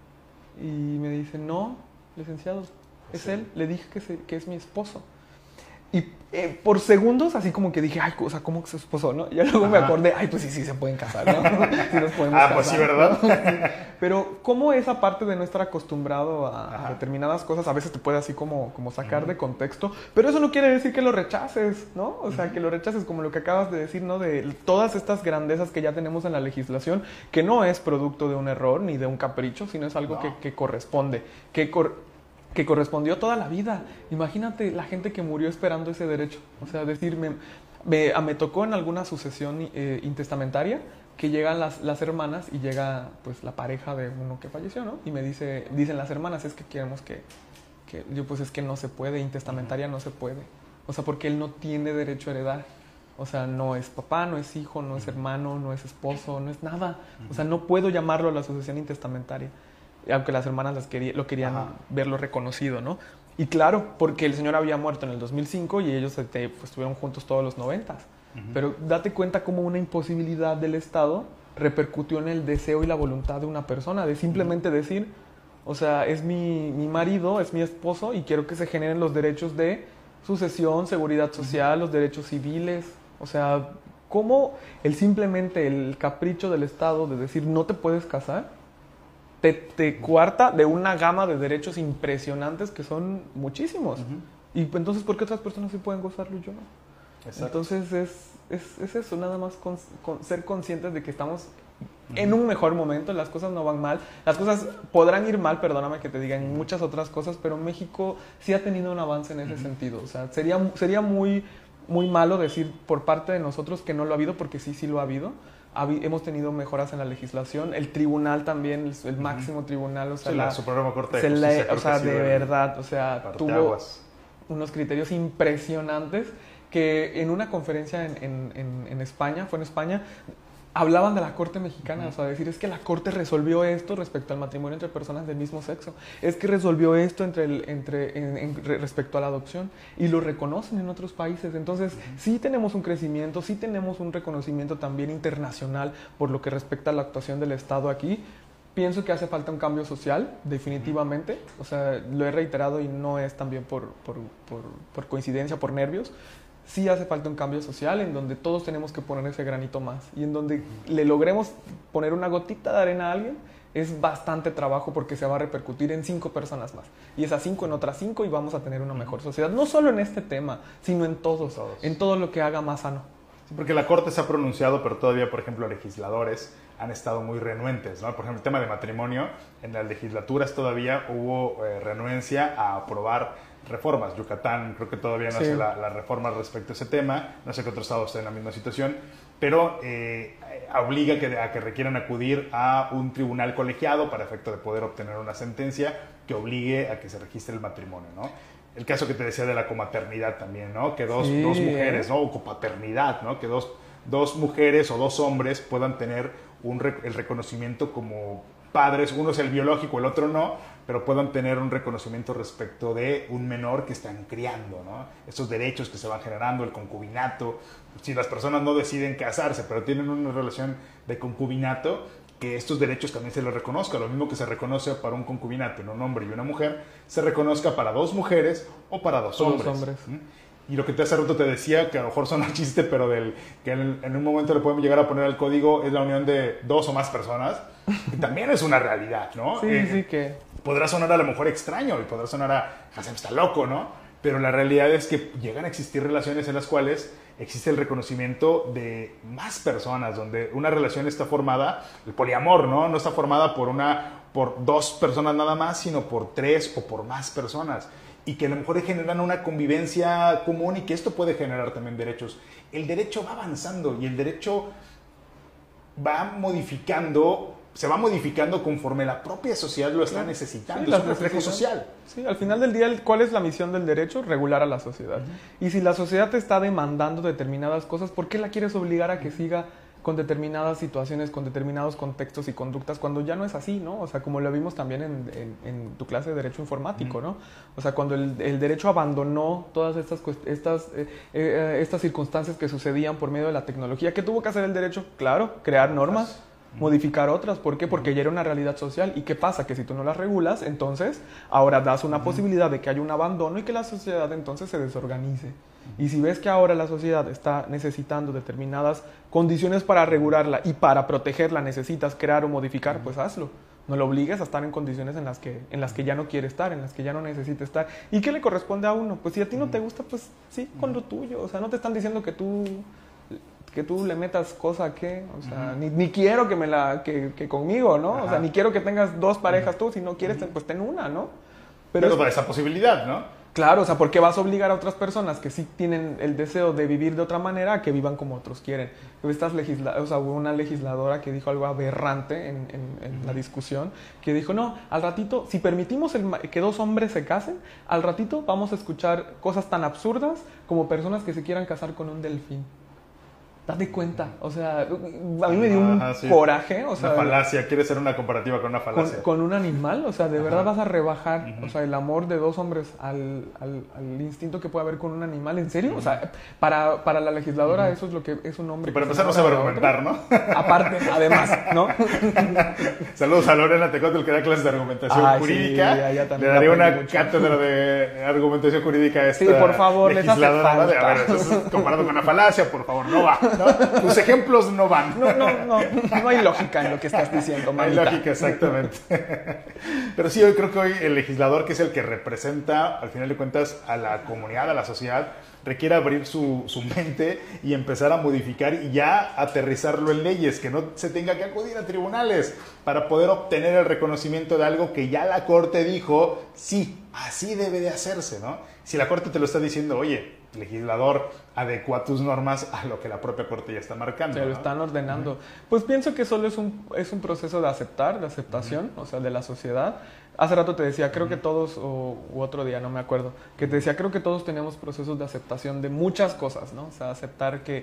Y me dice, no, licenciado, es sí. él, le dije que, se, que es mi esposo. Y eh, por segundos así como que dije, ay, o sea, ¿cómo que su esposo, no? Y luego Ajá. me acordé, ay, pues sí, sí se pueden casar, ¿no? Sí nos podemos ah, casar, pues sí, ¿verdad? ¿no? Pero cómo esa parte de no estar acostumbrado a, a determinadas cosas a veces te puede así como, como sacar uh-huh. de contexto, pero eso no quiere decir que lo rechaces, ¿no? O sea, uh-huh. que lo rechaces como lo que acabas de decir, ¿no? De todas estas grandezas que ya tenemos en la legislación, que no es producto de un error ni de un capricho, sino es algo no. que, que corresponde, que cor- que correspondió toda la vida. Imagínate la gente que murió esperando ese derecho. O sea, decirme, me, me tocó en alguna sucesión eh, intestamentaria que llegan las, las hermanas y llega pues la pareja de uno que falleció, ¿no? Y me dice, dicen las hermanas, es que queremos que, que, yo pues es que no se puede, intestamentaria no se puede. O sea, porque él no tiene derecho a heredar. O sea, no es papá, no es hijo, no es hermano, no es esposo, no es nada. O sea, no puedo llamarlo a la sucesión intestamentaria. Aunque las hermanas las quería, lo querían Ajá. verlo reconocido, ¿no? Y claro, porque el señor había muerto en el dos mil cinco y ellos este, pues, estuvieron juntos todos los noventas. Uh-huh. Pero date cuenta cómo una imposibilidad del Estado repercutió en el deseo y la voluntad de una persona, de simplemente uh-huh. decir, o sea, es mi, mi marido, es mi esposo y quiero que se generen los derechos de sucesión, seguridad social, uh-huh. los derechos civiles. O sea, cómo el simplemente el capricho del Estado de decir no te puedes casar Te, te cuarta de una gama de derechos impresionantes que son muchísimos. Uh-huh. Y entonces, ¿por qué otras personas sí pueden gozarlo y yo no? Exacto. Entonces, es, es, es eso, nada más con, con ser conscientes de que estamos uh-huh. en un mejor momento, las cosas no van mal, las cosas podrán ir mal, perdóname que te diga, en muchas otras cosas, pero México sí ha tenido un avance en ese uh-huh. sentido. O sea, sería, sería muy, muy malo decir por parte de nosotros que no lo ha habido, porque sí, sí lo ha habido. Hemos tenido mejoras en la legislación, el tribunal también, el, el máximo uh-huh. tribunal, o sea, sí, la, la Suprema Corte de Justicia, le, o sea, de verdad, o sea, tuvo aguas. unos criterios impresionantes que en una conferencia en, en, en, en España, fue en España, hablaban de la Corte mexicana, uh-huh. o sea, decir, es que la Corte resolvió esto respecto al matrimonio entre personas del mismo sexo, es que resolvió esto entre el, entre, en, en, respecto a la adopción, y lo reconocen en otros países. Entonces, uh-huh. sí tenemos un crecimiento, sí tenemos un reconocimiento también internacional por lo que respecta a la actuación del Estado aquí. Pienso que hace falta un cambio social, definitivamente, o sea, lo he reiterado y no es también por, por, por, por coincidencia, por nervios. Sí hace falta un cambio social en donde todos tenemos que poner ese granito más y en donde le logremos poner una gotita de arena a alguien. Es bastante trabajo porque se va a repercutir en cinco personas más y esas cinco en otras cinco y vamos a tener una mejor sociedad, no solo en este tema, sino en todos, todos. en todo lo que haga más sano. Sí, porque la Corte se ha pronunciado, pero todavía, por ejemplo, legisladores han estado muy renuentes, ¿no? Por ejemplo, el tema de matrimonio, en las legislaturas todavía hubo eh, renuencia a aprobar reformas. Yucatán creo que todavía no sí. hace la, la reforma respecto a ese tema, no sé qué otro estado está en la misma situación, pero eh, obliga que, a que requieran acudir a un tribunal colegiado para efecto de poder obtener una sentencia que obligue a que se registre el matrimonio, ¿no? El caso que te decía de la comaternidad también, ¿no? Que dos, sí. dos mujeres, ¿no? O copaternidad, ¿no? Que dos, dos mujeres o dos hombres puedan tener un, el reconocimiento como padres, uno es el biológico, el otro no, pero puedan tener un reconocimiento respecto de un menor que están criando, ¿no? Estos derechos que se van generando, el concubinato, si las personas no deciden casarse, pero tienen una relación de concubinato, que estos derechos también se les reconozca, lo mismo que se reconoce para un concubinato en un hombre y una mujer, se reconozca para dos mujeres o para dos hombres. Dos hombres. ¿Mm? Y lo que te hace rato te decía, que a lo mejor suena chiste, pero del, que en, en un momento le podemos llegar a poner al código, es la unión de dos o más personas, que también es una realidad, ¿no? Sí, eh, sí, que... Podrá sonar a lo mejor extraño y podrá sonar a, Hashem está loco, ¿no? Pero la realidad es que llegan a existir relaciones en las cuales existe el reconocimiento de más personas, donde una relación está formada, el poliamor, ¿no? No está formada por, una, por dos personas nada más, sino por tres o por más personas. Y que a lo mejor generan una convivencia común y que esto puede generar también derechos. El derecho va avanzando y el derecho va modificando, se va modificando conforme la propia sociedad lo está necesitando. Sí, es un reflejo social. Sí, al final del día, ¿cuál es la misión del derecho? Regular a la sociedad. Uh-huh. Y si la sociedad te está demandando determinadas cosas, ¿por qué la quieres obligar a que siga con determinadas situaciones, con determinados contextos y conductas, cuando ya no es así, ¿no? O sea, como lo vimos también en, en, en tu clase de Derecho Informático, ¿no? O sea, cuando el, el derecho abandonó todas estas, estas, eh, eh, estas circunstancias que sucedían por medio de la tecnología, ¿qué tuvo que hacer el derecho? Claro, crear normas, modificar otras. ¿Por qué? Porque ya era una realidad social. ¿Y qué pasa? Que si tú no las regulas, entonces ahora das una posibilidad de que haya un abandono y que la sociedad entonces se desorganice. Y si ves que ahora la sociedad está necesitando determinadas condiciones para regularla y para protegerla necesitas crear o modificar, pues hazlo. No lo obligues a estar en condiciones en las que, en las que ya no quiere estar, en las que ya no necesita estar. ¿Y qué le corresponde a uno? Pues si a ti no te gusta, pues sí, con lo tuyo. O sea, no te están diciendo que tú... que tú le metas cosa que, o sea, uh-huh. ni, ni quiero que me la, que, que conmigo, ¿no? Uh-huh. O sea, ni quiero que tengas dos parejas tú, si no quieres, uh-huh. pues ten una, ¿no? Pero, Pero es, esa posibilidad, ¿no? Claro, o sea, ¿por qué vas a obligar a otras personas que sí tienen el deseo de vivir de otra manera a que vivan como otros quieren? Estas legisla- o sea, hubo una legisladora que dijo algo aberrante en, en, en uh-huh. la discusión, que dijo, no, al ratito, si permitimos el, que dos hombres se casen, al ratito vamos a escuchar cosas tan absurdas como personas que se quieran casar con un delfín. Date cuenta, o sea, a mí me dio un Ajá, sí. coraje, o sea... Una falacia, quieres hacer una comparativa con una falacia. Con, con un animal, o sea, de Ajá. verdad vas a rebajar, uh-huh. o sea, el amor de dos hombres al, al, al instinto que puede haber con un animal, ¿en serio? Uh-huh. O sea, para, para la legisladora uh-huh. eso es lo que es un hombre... Y para empezar no sabe argumentar, ¿no? Aparte, además, ¿no? Saludos a Lorena Tecótel que da clases de argumentación Ay, jurídica. Sí, le daría una mucho. cátedra de argumentación jurídica a esta Sí, por favor, les hace falta. De, a ver, eso es comparado con una falacia, por favor, no va. ¿No? Tus ejemplos no van. No, no, no. No hay lógica en lo que estás diciendo, mamita. No hay lógica, exactamente. Pero sí, hoy creo que hoy el legislador, que es el que representa, al final de cuentas, a la comunidad, a la sociedad, requiere abrir su, su mente y empezar a modificar y ya aterrizarlo en leyes, que no se tenga que acudir a tribunales para poder obtener el reconocimiento de algo que ya la Corte dijo, sí, así debe de hacerse, ¿no? Si la Corte te lo está diciendo, oye, legislador, adecua tus normas a lo que la propia Corte ya está marcando. Se lo ¿no? están ordenando. Uh-huh. Pues pienso que solo es un, es un proceso de aceptar, de aceptación, uh-huh. o sea, de la sociedad. Hace rato te decía, creo uh-huh. que todos, o u otro día, no me acuerdo, que te decía, creo que todos tenemos procesos de aceptación de muchas cosas, ¿no? O sea, aceptar que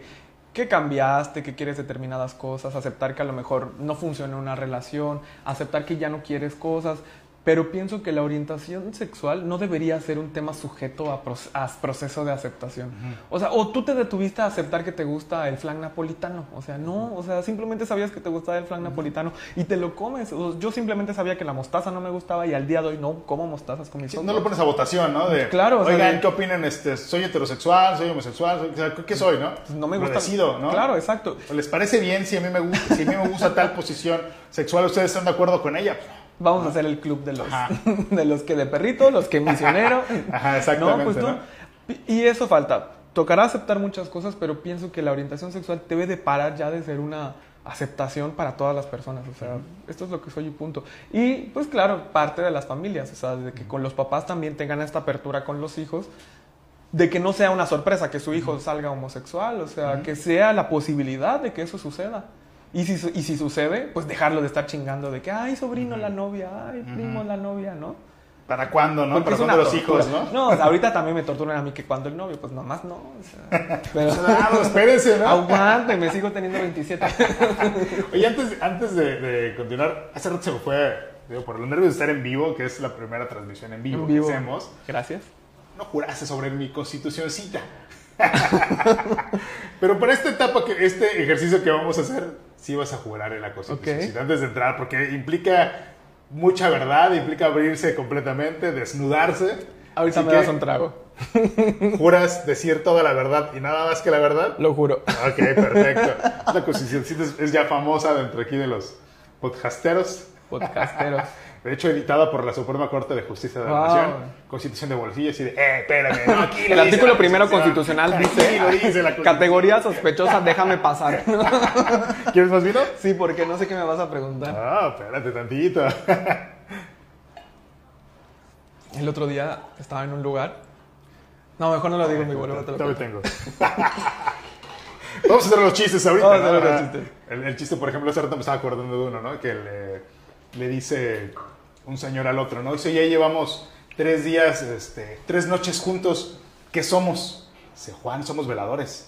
que cambiaste, que quieres determinadas cosas, aceptar que a lo mejor no funciona una relación, aceptar que ya no quieres cosas, pero pienso que la orientación sexual no debería ser un tema sujeto a, proce- a proceso de aceptación. Uh-huh. O sea, o tú te detuviste a aceptar que te gusta el flan napolitano, o sea, no, o sea, simplemente sabías que te gustaba el flan uh-huh. napolitano y te lo comes. O, yo simplemente sabía que la mostaza no me gustaba y al día de hoy no como mostazas con mis sí, no lo pones a votación, ¿no? De, claro, o sea, oigan, de, ¿qué opinan? Este, ¿soy heterosexual? ¿Soy homosexual? Soy, o sea, ¿qué soy, no? No me gusta. Lo decido, ¿no? Claro, exacto. ¿Les parece bien si a mí me gusta, si a mí me gusta tal posición sexual? ¿Ustedes están de acuerdo con ella? Vamos a hacer el club de los, de los que de perrito, los que misionero. Ajá, exactamente. ¿No? Pues tú, ¿no? Y eso falta. Tocará aceptar muchas cosas, pero pienso que la orientación sexual debe de parar ya de ser una aceptación para todas las personas. O sea, uh-huh. esto es lo que soy y punto. Y pues claro, parte de las familias, o sea, de que con los papás también tengan esta apertura con los hijos, de que no sea una sorpresa que su hijo uh-huh. salga homosexual, o sea, uh-huh. que sea la posibilidad de que eso suceda. Y si, y si sucede, pues dejarlo de estar chingando de que, ay, sobrino, uh-huh. la novia, ay, primo, uh-huh. la novia, ¿no? ¿Para cuándo, no? Porque ¿Para cuándo los hijos, no? No, o sea, ahorita también me torturan a mí que cuando el novio, pues nomás no. O sea, pero, claro, espérense, ¿no? Aguante, me sigo teniendo veintisiete. Oye, antes, antes de, de continuar, hace rato se me fue, digo, por los nervios de estar en vivo, que es la primera transmisión en vivo, en vivo. que hacemos. Gracias. No juraste sobre mi constitucioncita. Pero para esta etapa, que este ejercicio que vamos a hacer, sí vas a jurar en la constitución okay. antes de entrar, porque implica mucha verdad, implica abrirse completamente, desnudarse. Ahorita Así me das un trago. ¿Juras decir toda la verdad y nada más que la verdad? Lo juro. Ok, perfecto. La constitución es ya famosa dentro aquí de los podcasteros. Podcasteros. De hecho, editada por la Suprema Corte de Justicia de la wow. Nación. Constitución de bolsillo, así de, eh, espérame, no, aquí El artículo primero constitucional dice, lo dice la categoría sospechosa, déjame pasar. ¿Quieres más vino? Sí, porque no sé qué me vas a preguntar. Ah, espérate tantito. El otro día estaba en un lugar. No, mejor no lo digo, mi boludo. Te lo tengo. Vamos a hacer los chistes ahorita. Vamos a ¿no? hacer los chistes. El, el chiste, por ejemplo, hace rato me estaba acordando de uno, ¿no? Que le, le dice un señor al otro, ¿no? Dice, ya llevamos tres días, este, tres noches juntos. ¿Qué somos? Dice, Juan, somos veladores.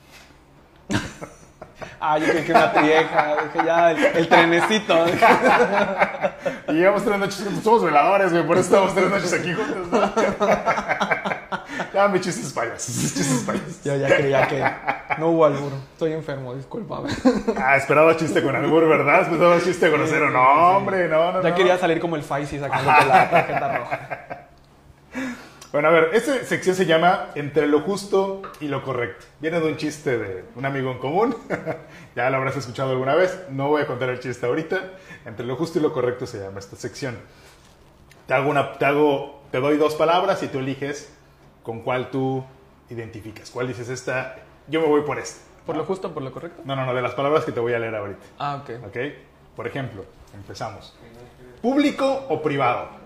Ah, yo creí que una trieja, dije ya, el, el trenecito. Y llevamos tres noches juntos, somos veladores, güey, por eso estamos tres noches aquí juntos, ¿no? Ya, mis chistes payasos, mis chistes payasos. Yo ya creía que no hubo albur, estoy enfermo, discúlpame. Ah, esperaba chiste con albur, ¿verdad? Esperaba chiste grosero, sí, no, sí. hombre, no, no, Ya no. quería salir como el Faisy sacándote la tarjeta roja. Bueno, a ver, esta sección se llama Entre lo justo y lo correcto. Viene de un chiste de un amigo en común. Ya lo habrás escuchado alguna vez. No voy a contar el chiste ahorita. Entre lo justo y lo correcto se llama esta sección. Te hago una, te hago, te doy dos palabras y tú eliges con cuál tú identificas. ¿Cuál dices esta? Yo me voy por esta. ¿Por lo justo o por lo correcto? No, no, no, de las palabras que te voy a leer ahorita. Ah, ok. Ok. Por ejemplo, empezamos. ¿Público o privado?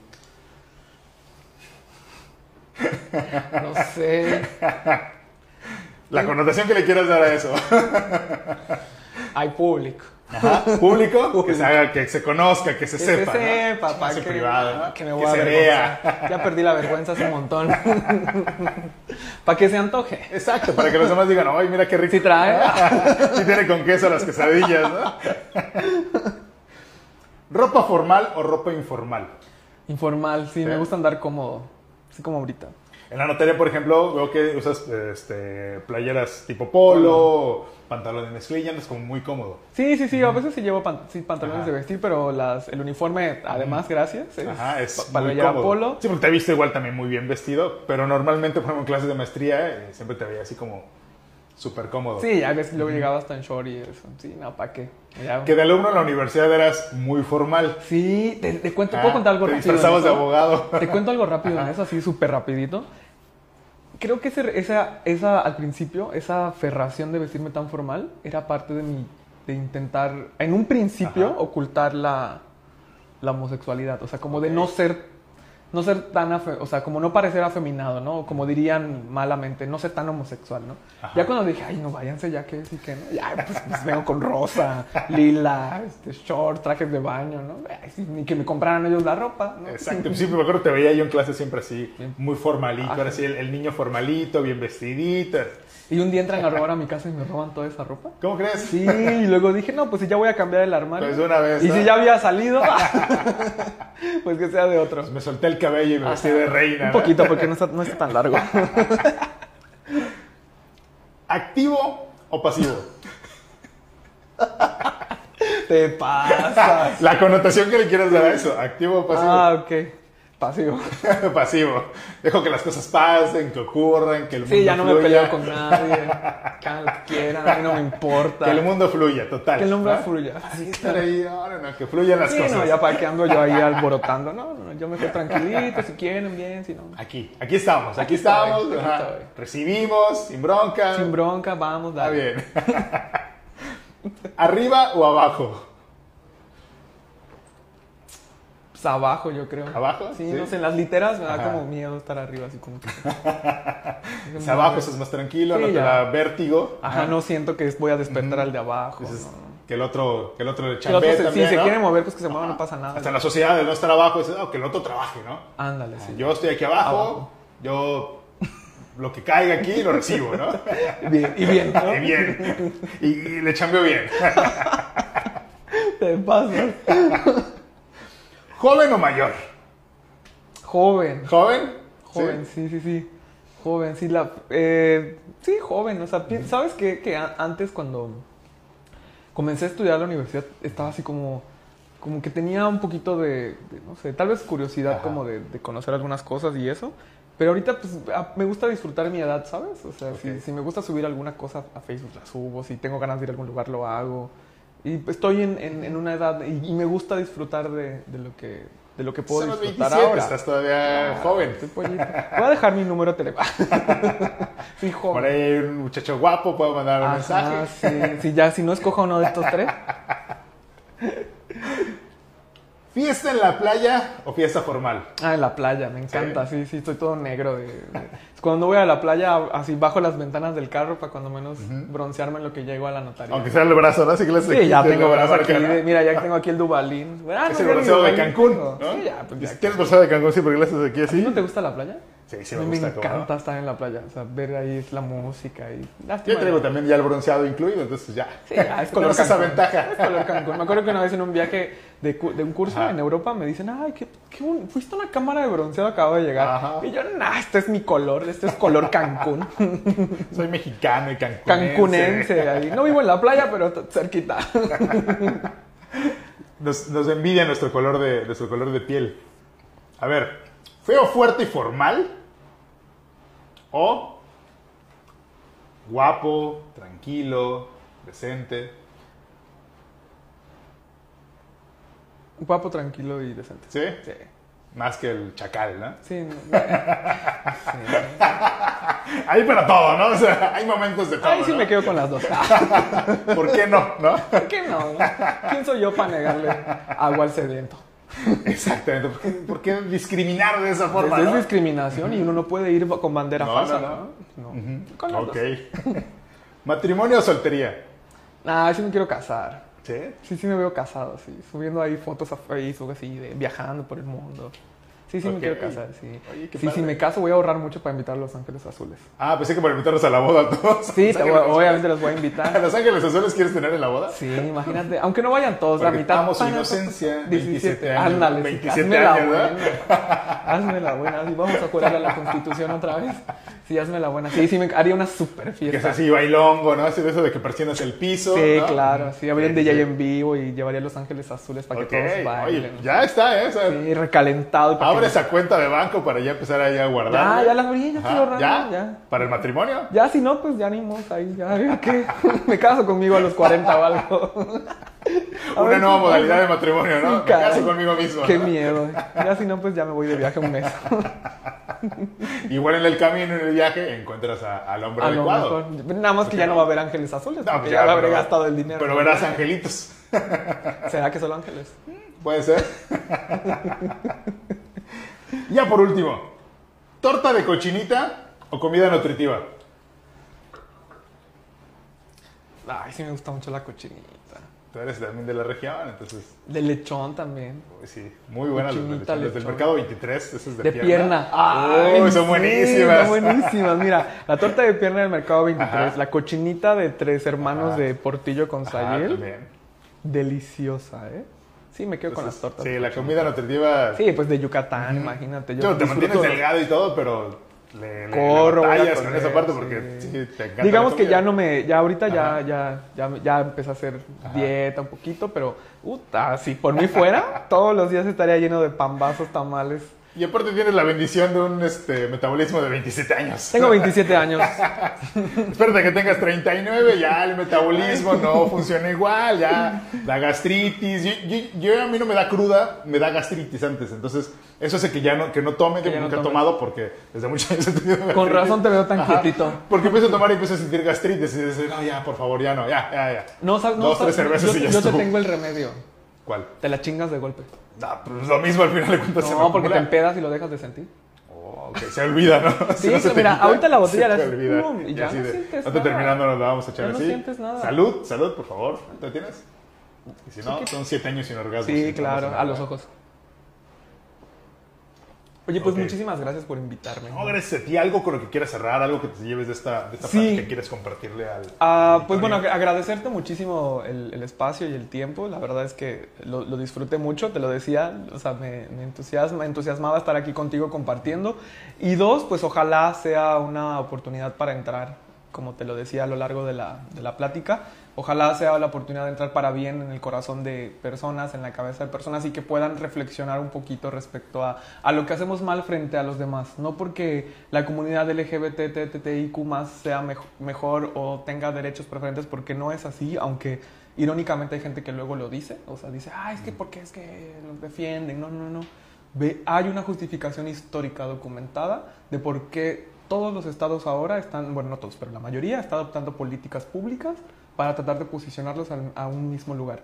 No sé. La connotación que le quieras dar a eso. Hay público. Ajá. ¿Público? Público. Que se haga, que se conozca, que se que sepa. Que se sepa, ¿no? para que, privado, ¿no? que me voy que a se vea. Ya perdí la vergüenza hace un montón. Para que se antoje. Exacto, para que los demás digan, ay, mira qué rico. Si trae. Si tiene con queso las quesadillas, ¿no? ¿Ropa formal o ropa informal? Informal, sí, ¿sí? Me gusta andar cómodo. Así como ahorita. En la notaría, por ejemplo, veo que usas este, playeras tipo polo, pantalones de mezclilla, andas como muy cómodo. Sí, sí, sí, a veces sí llevo pan sí, pantalones Ajá. de vestir, pero las, el uniforme, además, gracias, es, Ajá, es para muy llevar cómodo. polo. Sí, porque te he visto igual también muy bien vestido, pero normalmente, por ejemplo, en clases de maestría, eh, siempre te veía así como súper cómodo. Sí, a veces luego uh-huh. llegaba hasta en short y eso. Sí, no, ¿para qué? Ya. Que de alumno en la universidad eras muy formal. Sí, te, te cuento, ¿puedo ah, contar algo te rápido? Te disfrazabas de abogado. Te cuento algo rápido en eso, así súper rapidito. Creo que ese, esa, esa, al principio, esa aferración de vestirme tan formal era parte de mi, de intentar, en un principio, Ajá. ocultar la, la homosexualidad. O sea, como okay. de no ser no ser tan, afe- o sea, como no parecer afeminado, ¿no? Como dirían malamente, no ser tan homosexual, ¿no? Ajá. Ya cuando dije, ay, no, váyanse ya que sí que, ¿no? Ya, pues, pues vengo con rosa, lila, este, short, trajes de baño, ¿no? Ay, sí, ni que me compraran ellos la ropa, ¿no? Exacto, sí, me acuerdo te veía yo en clase siempre así, muy formalito, Ajá. ahora sí, el, el niño formalito, bien vestidito. Y un día entran a robar a mi casa y me roban toda esa ropa. ¿Cómo crees? Sí, y luego dije, no, pues si ya voy a cambiar el armario. Pues de una vez, Y ¿no? si ya había salido, pues que sea de otro. Pues me solté el cabello y me Ajá. vestí de reina. Un poquito, porque no está, no está tan largo. ¿Activo o pasivo? Te pasas. La connotación que le quieras dar a eso, ¿activo o pasivo? Ah, ok. Pasivo. Pasivo. Dejo que las cosas pasen, que ocurran, que el mundo Sí, ya no fluya. me peleo con nadie. Que hagan lo que quieran, a mí no me importa. Que el mundo fluya, total. Que el mundo ¿no? fluya. Así estar ahí, no, no, no, que fluyan las sí, cosas. no, ya para qué ando yo ahí alborotando. No, no, yo me quedo tranquilito, si quieren, bien, si no. Aquí, aquí estamos, aquí, Aquí estamos. estoy, aquí ajá. estoy. Recibimos, sin bronca. Sin bronca, vamos, dale. Está bien. ¿Arriba o abajo? Pues abajo, yo creo. ¿Abajo? Sí, sí. no sé, en las literas me da Ajá. como miedo estar arriba, así como que... Es abajo, estás más tranquilo, Sí, no te ya. da vértigo. Ajá, no siento que voy a despertar al de abajo. Entonces, no. que el otro, que el otro le Que el otro chambee se- también, si se ¿no? quiere mover, pues que se mueva, no pasa nada. Hasta en la sociedad de no estar abajo, es oh, que el otro trabaje, ¿no? Ándale, sí. Yo estoy aquí abajo, Abajo. yo lo que caiga aquí lo recibo, ¿no? Bien, y bien, ¿no? Y bien. Y, y le chambeo bien. Te pasas. ¿Joven o mayor? Joven. ¿Joven? Joven, sí, sí, sí. Joven, sí, la, eh, sí, joven. O sea, pi- ¿sabes qué? Que a- antes cuando comencé a estudiar a la universidad estaba así como, como que tenía un poquito de, de, no sé, tal vez curiosidad Ajá. como de, de conocer algunas cosas y eso. Pero ahorita pues a- me gusta disfrutar mi edad, ¿sabes? O sea, Ok. si, si me gusta subir alguna cosa a Facebook la subo, si tengo ganas de ir a algún lugar lo hago. Y pues, estoy en, en, en una edad y, y me gusta disfrutar de, de lo que de lo que puedo Son los disfrutar veintisiete, ahora. estás todavía Ah, joven. estoy pollito. Voy a dejar mi número telefónico. Sí, joven. Por ahí hay un muchacho guapo, puedo mandar un Ajá, mensaje. sí, sí, ya, si no escoja uno de estos tres. ¿Fiesta en la playa o fiesta formal? Ah, en la playa, me encanta, sí, sí, estoy todo negro. De, de- Cuando voy a la playa, así bajo las ventanas del carro para cuando menos broncearme en lo que llego a la notaría. Aunque sea el brazo, ¿no? Así que les Sí, ya tengo la brazo aquí. marca, ¿no? de- mira, ya tengo aquí el Dubalín. Ah, Es no, el ya bronceado mi de Dubalín Cancún, tengo. ¿no? Sí, ya, pues ya. ¿Tienes bronceado de Cancún? Sí, porque le haces aquí ¿A así. ti no te gusta la playa? Sí, sí A me mí gusta. me ¿cómo no? encanta estar en la playa, o sea, ver ahí la música y... Yo Lástima, traigo ya. también ya el bronceado incluido, entonces ya. Sí, ya, es color Tenemos esa Cancún. ventaja. Es color Cancún. Me acuerdo que una vez en un viaje de, cu- de un curso Ajá. en Europa me dicen, ay, qué, qué bon- fuiste a una cámara de bronceado, acabo de llegar. Ajá. Y yo, nah, este es mi color, este es color Cancún. Soy mexicano y cancunense. Cancunense. Ahí. No vivo en la playa, pero t- cerquita. Nos, nos envidia nuestro color, de, nuestro color de piel. A ver, ¿feo, fuerte y formal? ¿O guapo, tranquilo, decente? Guapo, tranquilo y decente. ¿Sí? Sí. Más que el chacal, ¿no? Sí. no, sí. Hay para todo, ¿no? O sea, hay momentos de todo, Ay, sí ¿no? me quedo con las dos. ¿Por qué no? ¿No? ¿Por qué no? ¿Quién soy yo para negarle agua al sediento? Exactamente. ¿Por qué, por qué discriminar de esa forma, Es no? discriminación y uno no puede ir con bandera No, falsa, no, ¿no? no. No. Con las Ok. dos. ¿Matrimonio o soltería? Ah, sí me quiero casar. ¿Sí? Sí, sí me veo casado, sí. Subiendo ahí fotos a Facebook, así, de viajando por el mundo. Sí, sí Ok. me quiero casar, sí. Oye, qué Sí, padre. si me caso voy a ahorrar mucho para invitar a Los Ángeles Azules. Ah, pensé que por invitarnos a la boda a todos. Sí, ¿Los te voy- Ángeles obviamente los voy a Azules? ¿A invitar. Los Ángeles Azules quieres tener en la boda? Sí, imagínate. Aunque no vayan todos, la Porque mitad. amo su Pana- inocencia, diecisiete veintisiete años, Ándale, sí, veintisiete hazme la años, ¿verdad? buena. Hazme la buena. Sí, vamos a jurar a la Constitución otra vez. Sí, hazme la buena. Sí, sí, me haría una super Que es fiesta. así, bailongo, ¿no? Así de eso de que persianas el piso. Sí, ¿no? claro. Sí, habría un Sí, D J sí. en vivo y llevaría a Los Ángeles Azules para Ok, que todos bailen. oye, ya está, ¿eh? O sea, Sí, recalentado. para abre que- esa cuenta de banco para ya empezar ahí a guardar. Ya, ya la abrí, ya estoy Ajá, ahorrando, ¿Ya? ya. ¿Para el matrimonio? Ya, si no, pues ya ni modo, ahí, ya, a ver qué. Me caso conmigo a los cuarenta o algo. A Una ver nueva qué modalidad pasa. de matrimonio, ¿no? Sí, Me caray. caso conmigo mismo. Qué ¿no? miedo. Ya, si no, pues ya me voy de viaje un mes. Igual en el camino, en el viaje, encuentras a- al hombre A lo adecuado. mejor. Nada más que ya no va a haber ángeles azules, No, porque pues ya, ya, me habré pero- gastado el dinero. Pero verás angelitos. ¿Será que solo ángeles? Puede ser. Ya por último, ¿torta de cochinita o comida nutritiva? Ay, sí me gusta mucho la cochinita. Tú eres también de la región, entonces... De lechón también. Uy, sí, muy buenas las de Cochinita, lechón. Las del lechón. mercado veintitrés, esas de, De pierna. pierna. Ay, Ay, son sí, buenísimas. Son buenísimas. Mira, la torta de pierna del mercado veintitrés, Ajá. la cochinita de tres hermanos Ajá. de Portillo con Ajá, Sayel. también. Deliciosa, ¿eh? Sí, me quedo con las Entonces, tortas. sí, la comida nutritiva... Sí, pues de Yucatán, imagínate. Yo, te mantienes disfruto- delgado y todo, pero... Le, le, Corro, le voy a batallas con correr, esa parte sí. porque sí, te encanta. Digamos la que comida. ya no me, ya ahorita ya, Ajá. ya, ya, ya empecé a hacer Ajá. dieta un poquito, pero, puta, si por mí fuera, todos los días estaría lleno de pambazos, tamales. Y aparte tienes la bendición de un este, metabolismo de veintisiete años. Tengo veintisiete años. Espérate que tengas treinta y nueve, ya el metabolismo no funciona igual, ya la gastritis. Yo, yo, yo- a mí no me da cruda, me da gastritis antes. Entonces, eso hace que ya no, que no tome, que Que ya no nunca he tome. tomado porque desde muchos años he tenido gastritis. Con razón te veo tan Ajá. quietito. Porque empiezo a tomar y empiezo a sentir gastritis. Y dices, no, ya, por favor, ya no, ya, ya, ya. No, sab- no, Dos, sab- tres cervezas yo, y ya yo te estuvo. tengo el remedio. ¿Cuál? Te la chingas de golpe. No, pues lo mismo al final de cuentas. se me No, porque te acumula. empedas y lo dejas de sentir. Oh, ok, se olvida, ¿no? Sí, no se te mira, quita, ahorita la botella se la te haces, olvida. pum, y ya así no de, sientes ahorita nada. terminando nos la vamos a echar Ya no así. sientes nada. Salud, salud, por favor. ¿Te tienes? Y si no, Sí, que- son siete años sin orgasmo. Sí, sin claro, orgasmo, a los ¿verdad? ojos. Oye, pues Ok. muchísimas gracias por invitarme. No, gracias a ti. ¿Algo con lo que quieras cerrar? ¿Algo que te lleves de esta, de esta Sí. plática que quieres compartirle al Ah, pues auditorio? bueno, ag- agradecerte muchísimo el, el espacio y el tiempo. La verdad es que lo, lo disfruté mucho, te lo decía. O sea, me, me entusiasma, entusiasmaba estar aquí contigo compartiendo. Y dos, pues ojalá sea una oportunidad para entrar, como te lo decía a lo largo de la, de la plática. Ojalá sea la oportunidad de entrar para bien en el corazón de personas, en la cabeza de personas y que puedan reflexionar un poquito respecto a, a lo que hacemos mal frente a los demás. No porque la comunidad L G B T, T T T I Q más sea mejo- mejor o tenga derechos preferentes, porque no es así, aunque irónicamente hay gente que luego lo dice. O sea, dice, ah, es que porque es que los defienden. No, no, no. Ve, hay una justificación histórica documentada de por qué todos los estados ahora están, bueno, no todos, pero la mayoría está adoptando políticas públicas para tratar de posicionarlos a, a un mismo lugar.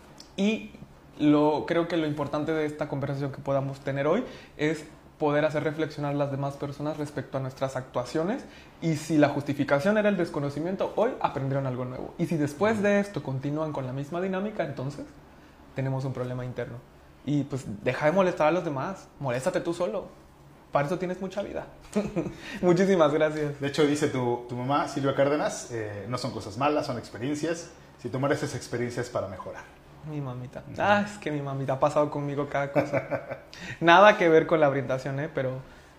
Y lo, creo que lo importante de esta conversación que podamos tener hoy es poder hacer reflexionar a las demás personas respecto a nuestras actuaciones, y si la justificación era el desconocimiento, hoy aprendieron algo nuevo. Y si después de esto continúan con la misma dinámica, entonces tenemos un problema interno. Y pues deja de molestar a los demás, moléstate tú solo. Para eso tienes mucha vida. Muchísimas gracias. De hecho, dice tu, tu mamá, Silvia Cárdenas, eh, no son cosas malas, son experiencias. Si tomar esas experiencias para mejorar. Mi mamita. Ah, es que mi mamita ha pasado conmigo cada cosa. Nada que ver con la orientación, ¿eh? Pero...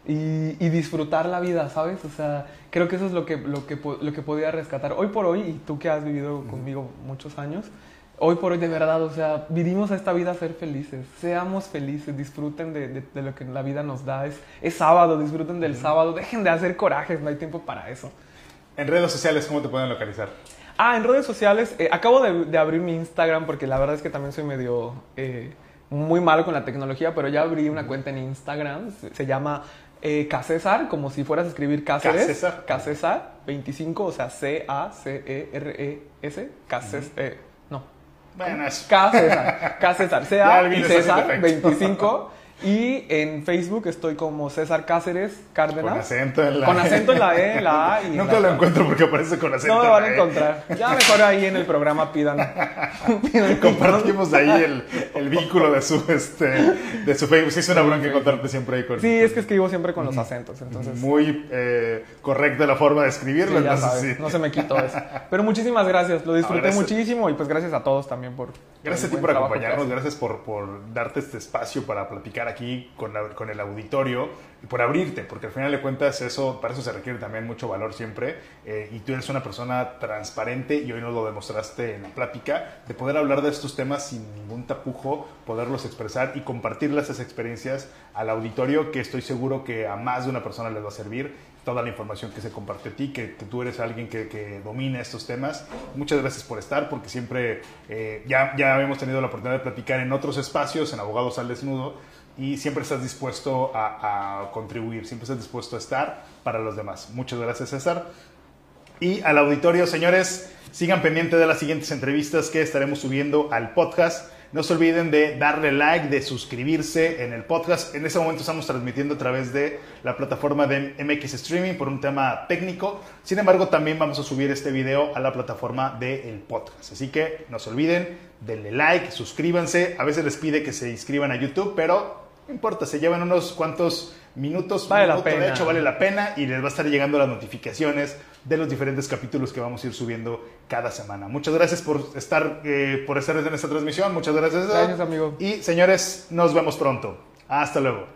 Y, y disfrutar la vida, ¿sabes? O sea, creo que eso es lo que, lo, que, po- lo que podía rescatar. Hoy por hoy, y tú que has vivido conmigo muchos años, hoy por hoy de verdad, o sea, vivimos esta vida a ser felices. Seamos felices, disfruten de, de, de lo que la vida nos da. Es, es sábado, disfruten del sábado. Dejen de hacer corajes, no hay tiempo para eso. En redes sociales, ¿cómo te pueden localizar? Ah, en redes sociales, eh, acabo de, de abrir mi Instagram porque la verdad es que también soy medio eh, muy malo con la tecnología, pero ya abrí una cuenta en Instagram, se, se llama eh, César, como si fueras a escribir Cáceres. César. César veinticinco, o sea, C A C E R E S, César, eh, no, Bueno, eso. K César, K César, C Ya A el y vino está César haciendo efecto. veinticinco. Y en Facebook estoy como César Cáceres Cárdenas. Con acento en la Con E. acento en la E, en la A y en Nunca la lo A. encuentro porque aparece con acento No me en van la a E. encontrar. Ya mejor ahí en el programa pidan. pidan Compartimos ahí el, el vínculo de su, este, de su Facebook. Sí, es una bronca encontrarte siempre ahí con... Sí, es que escribo siempre con los acentos, entonces... Muy eh, correcta la forma de escribirlo. sí, ya entonces, sabes, sí. no se me quitó eso. Pero muchísimas gracias, lo disfruté gracias. muchísimo y pues gracias a todos también por... Gracias a ti el buen por trabajo que acompañarnos, hacen. gracias por, por darte este espacio para platicar aquí con, la- con el auditorio y por abrirte, porque al final de cuentas eso, para eso se requiere también mucho valor siempre, eh, y tú eres una persona transparente y hoy nos lo demostraste en la plática, de poder hablar de estos temas sin ningún tapujo, poderlos expresar y compartir esas experiencias al auditorio, que estoy seguro que a más de una persona les va a servir toda la información que se comparte a ti, que, que tú eres alguien que, que domina estos temas. Muchas gracias por estar, porque siempre eh, ya, ya hemos tenido la oportunidad de platicar en otros espacios, en Abogados al Desnudo, y siempre estás dispuesto a, a contribuir, siempre estás dispuesto a estar para los demás. Muchas gracias, César. Y al auditorio, señores, sigan pendientes de las siguientes entrevistas que estaremos subiendo al podcast. No se olviden de darle like, de suscribirse en el podcast. En ese momento estamos transmitiendo a través de la plataforma de M X Streaming por un tema técnico. Sin embargo, también vamos a subir este video a la plataforma del podcast. Así que no se olviden, denle like, suscríbanse. A veces les pide que se inscriban a YouTube, pero no importa, se llevan unos cuantos minutos. Vale minuto, la pena. De hecho, vale la pena y les va a estar llegando las notificaciones de los diferentes capítulos que vamos a ir subiendo cada semana. Muchas gracias por estar, eh, por estar en esta transmisión. Muchas gracias. Gracias, amigo. Y señores, nos vemos pronto. Hasta luego.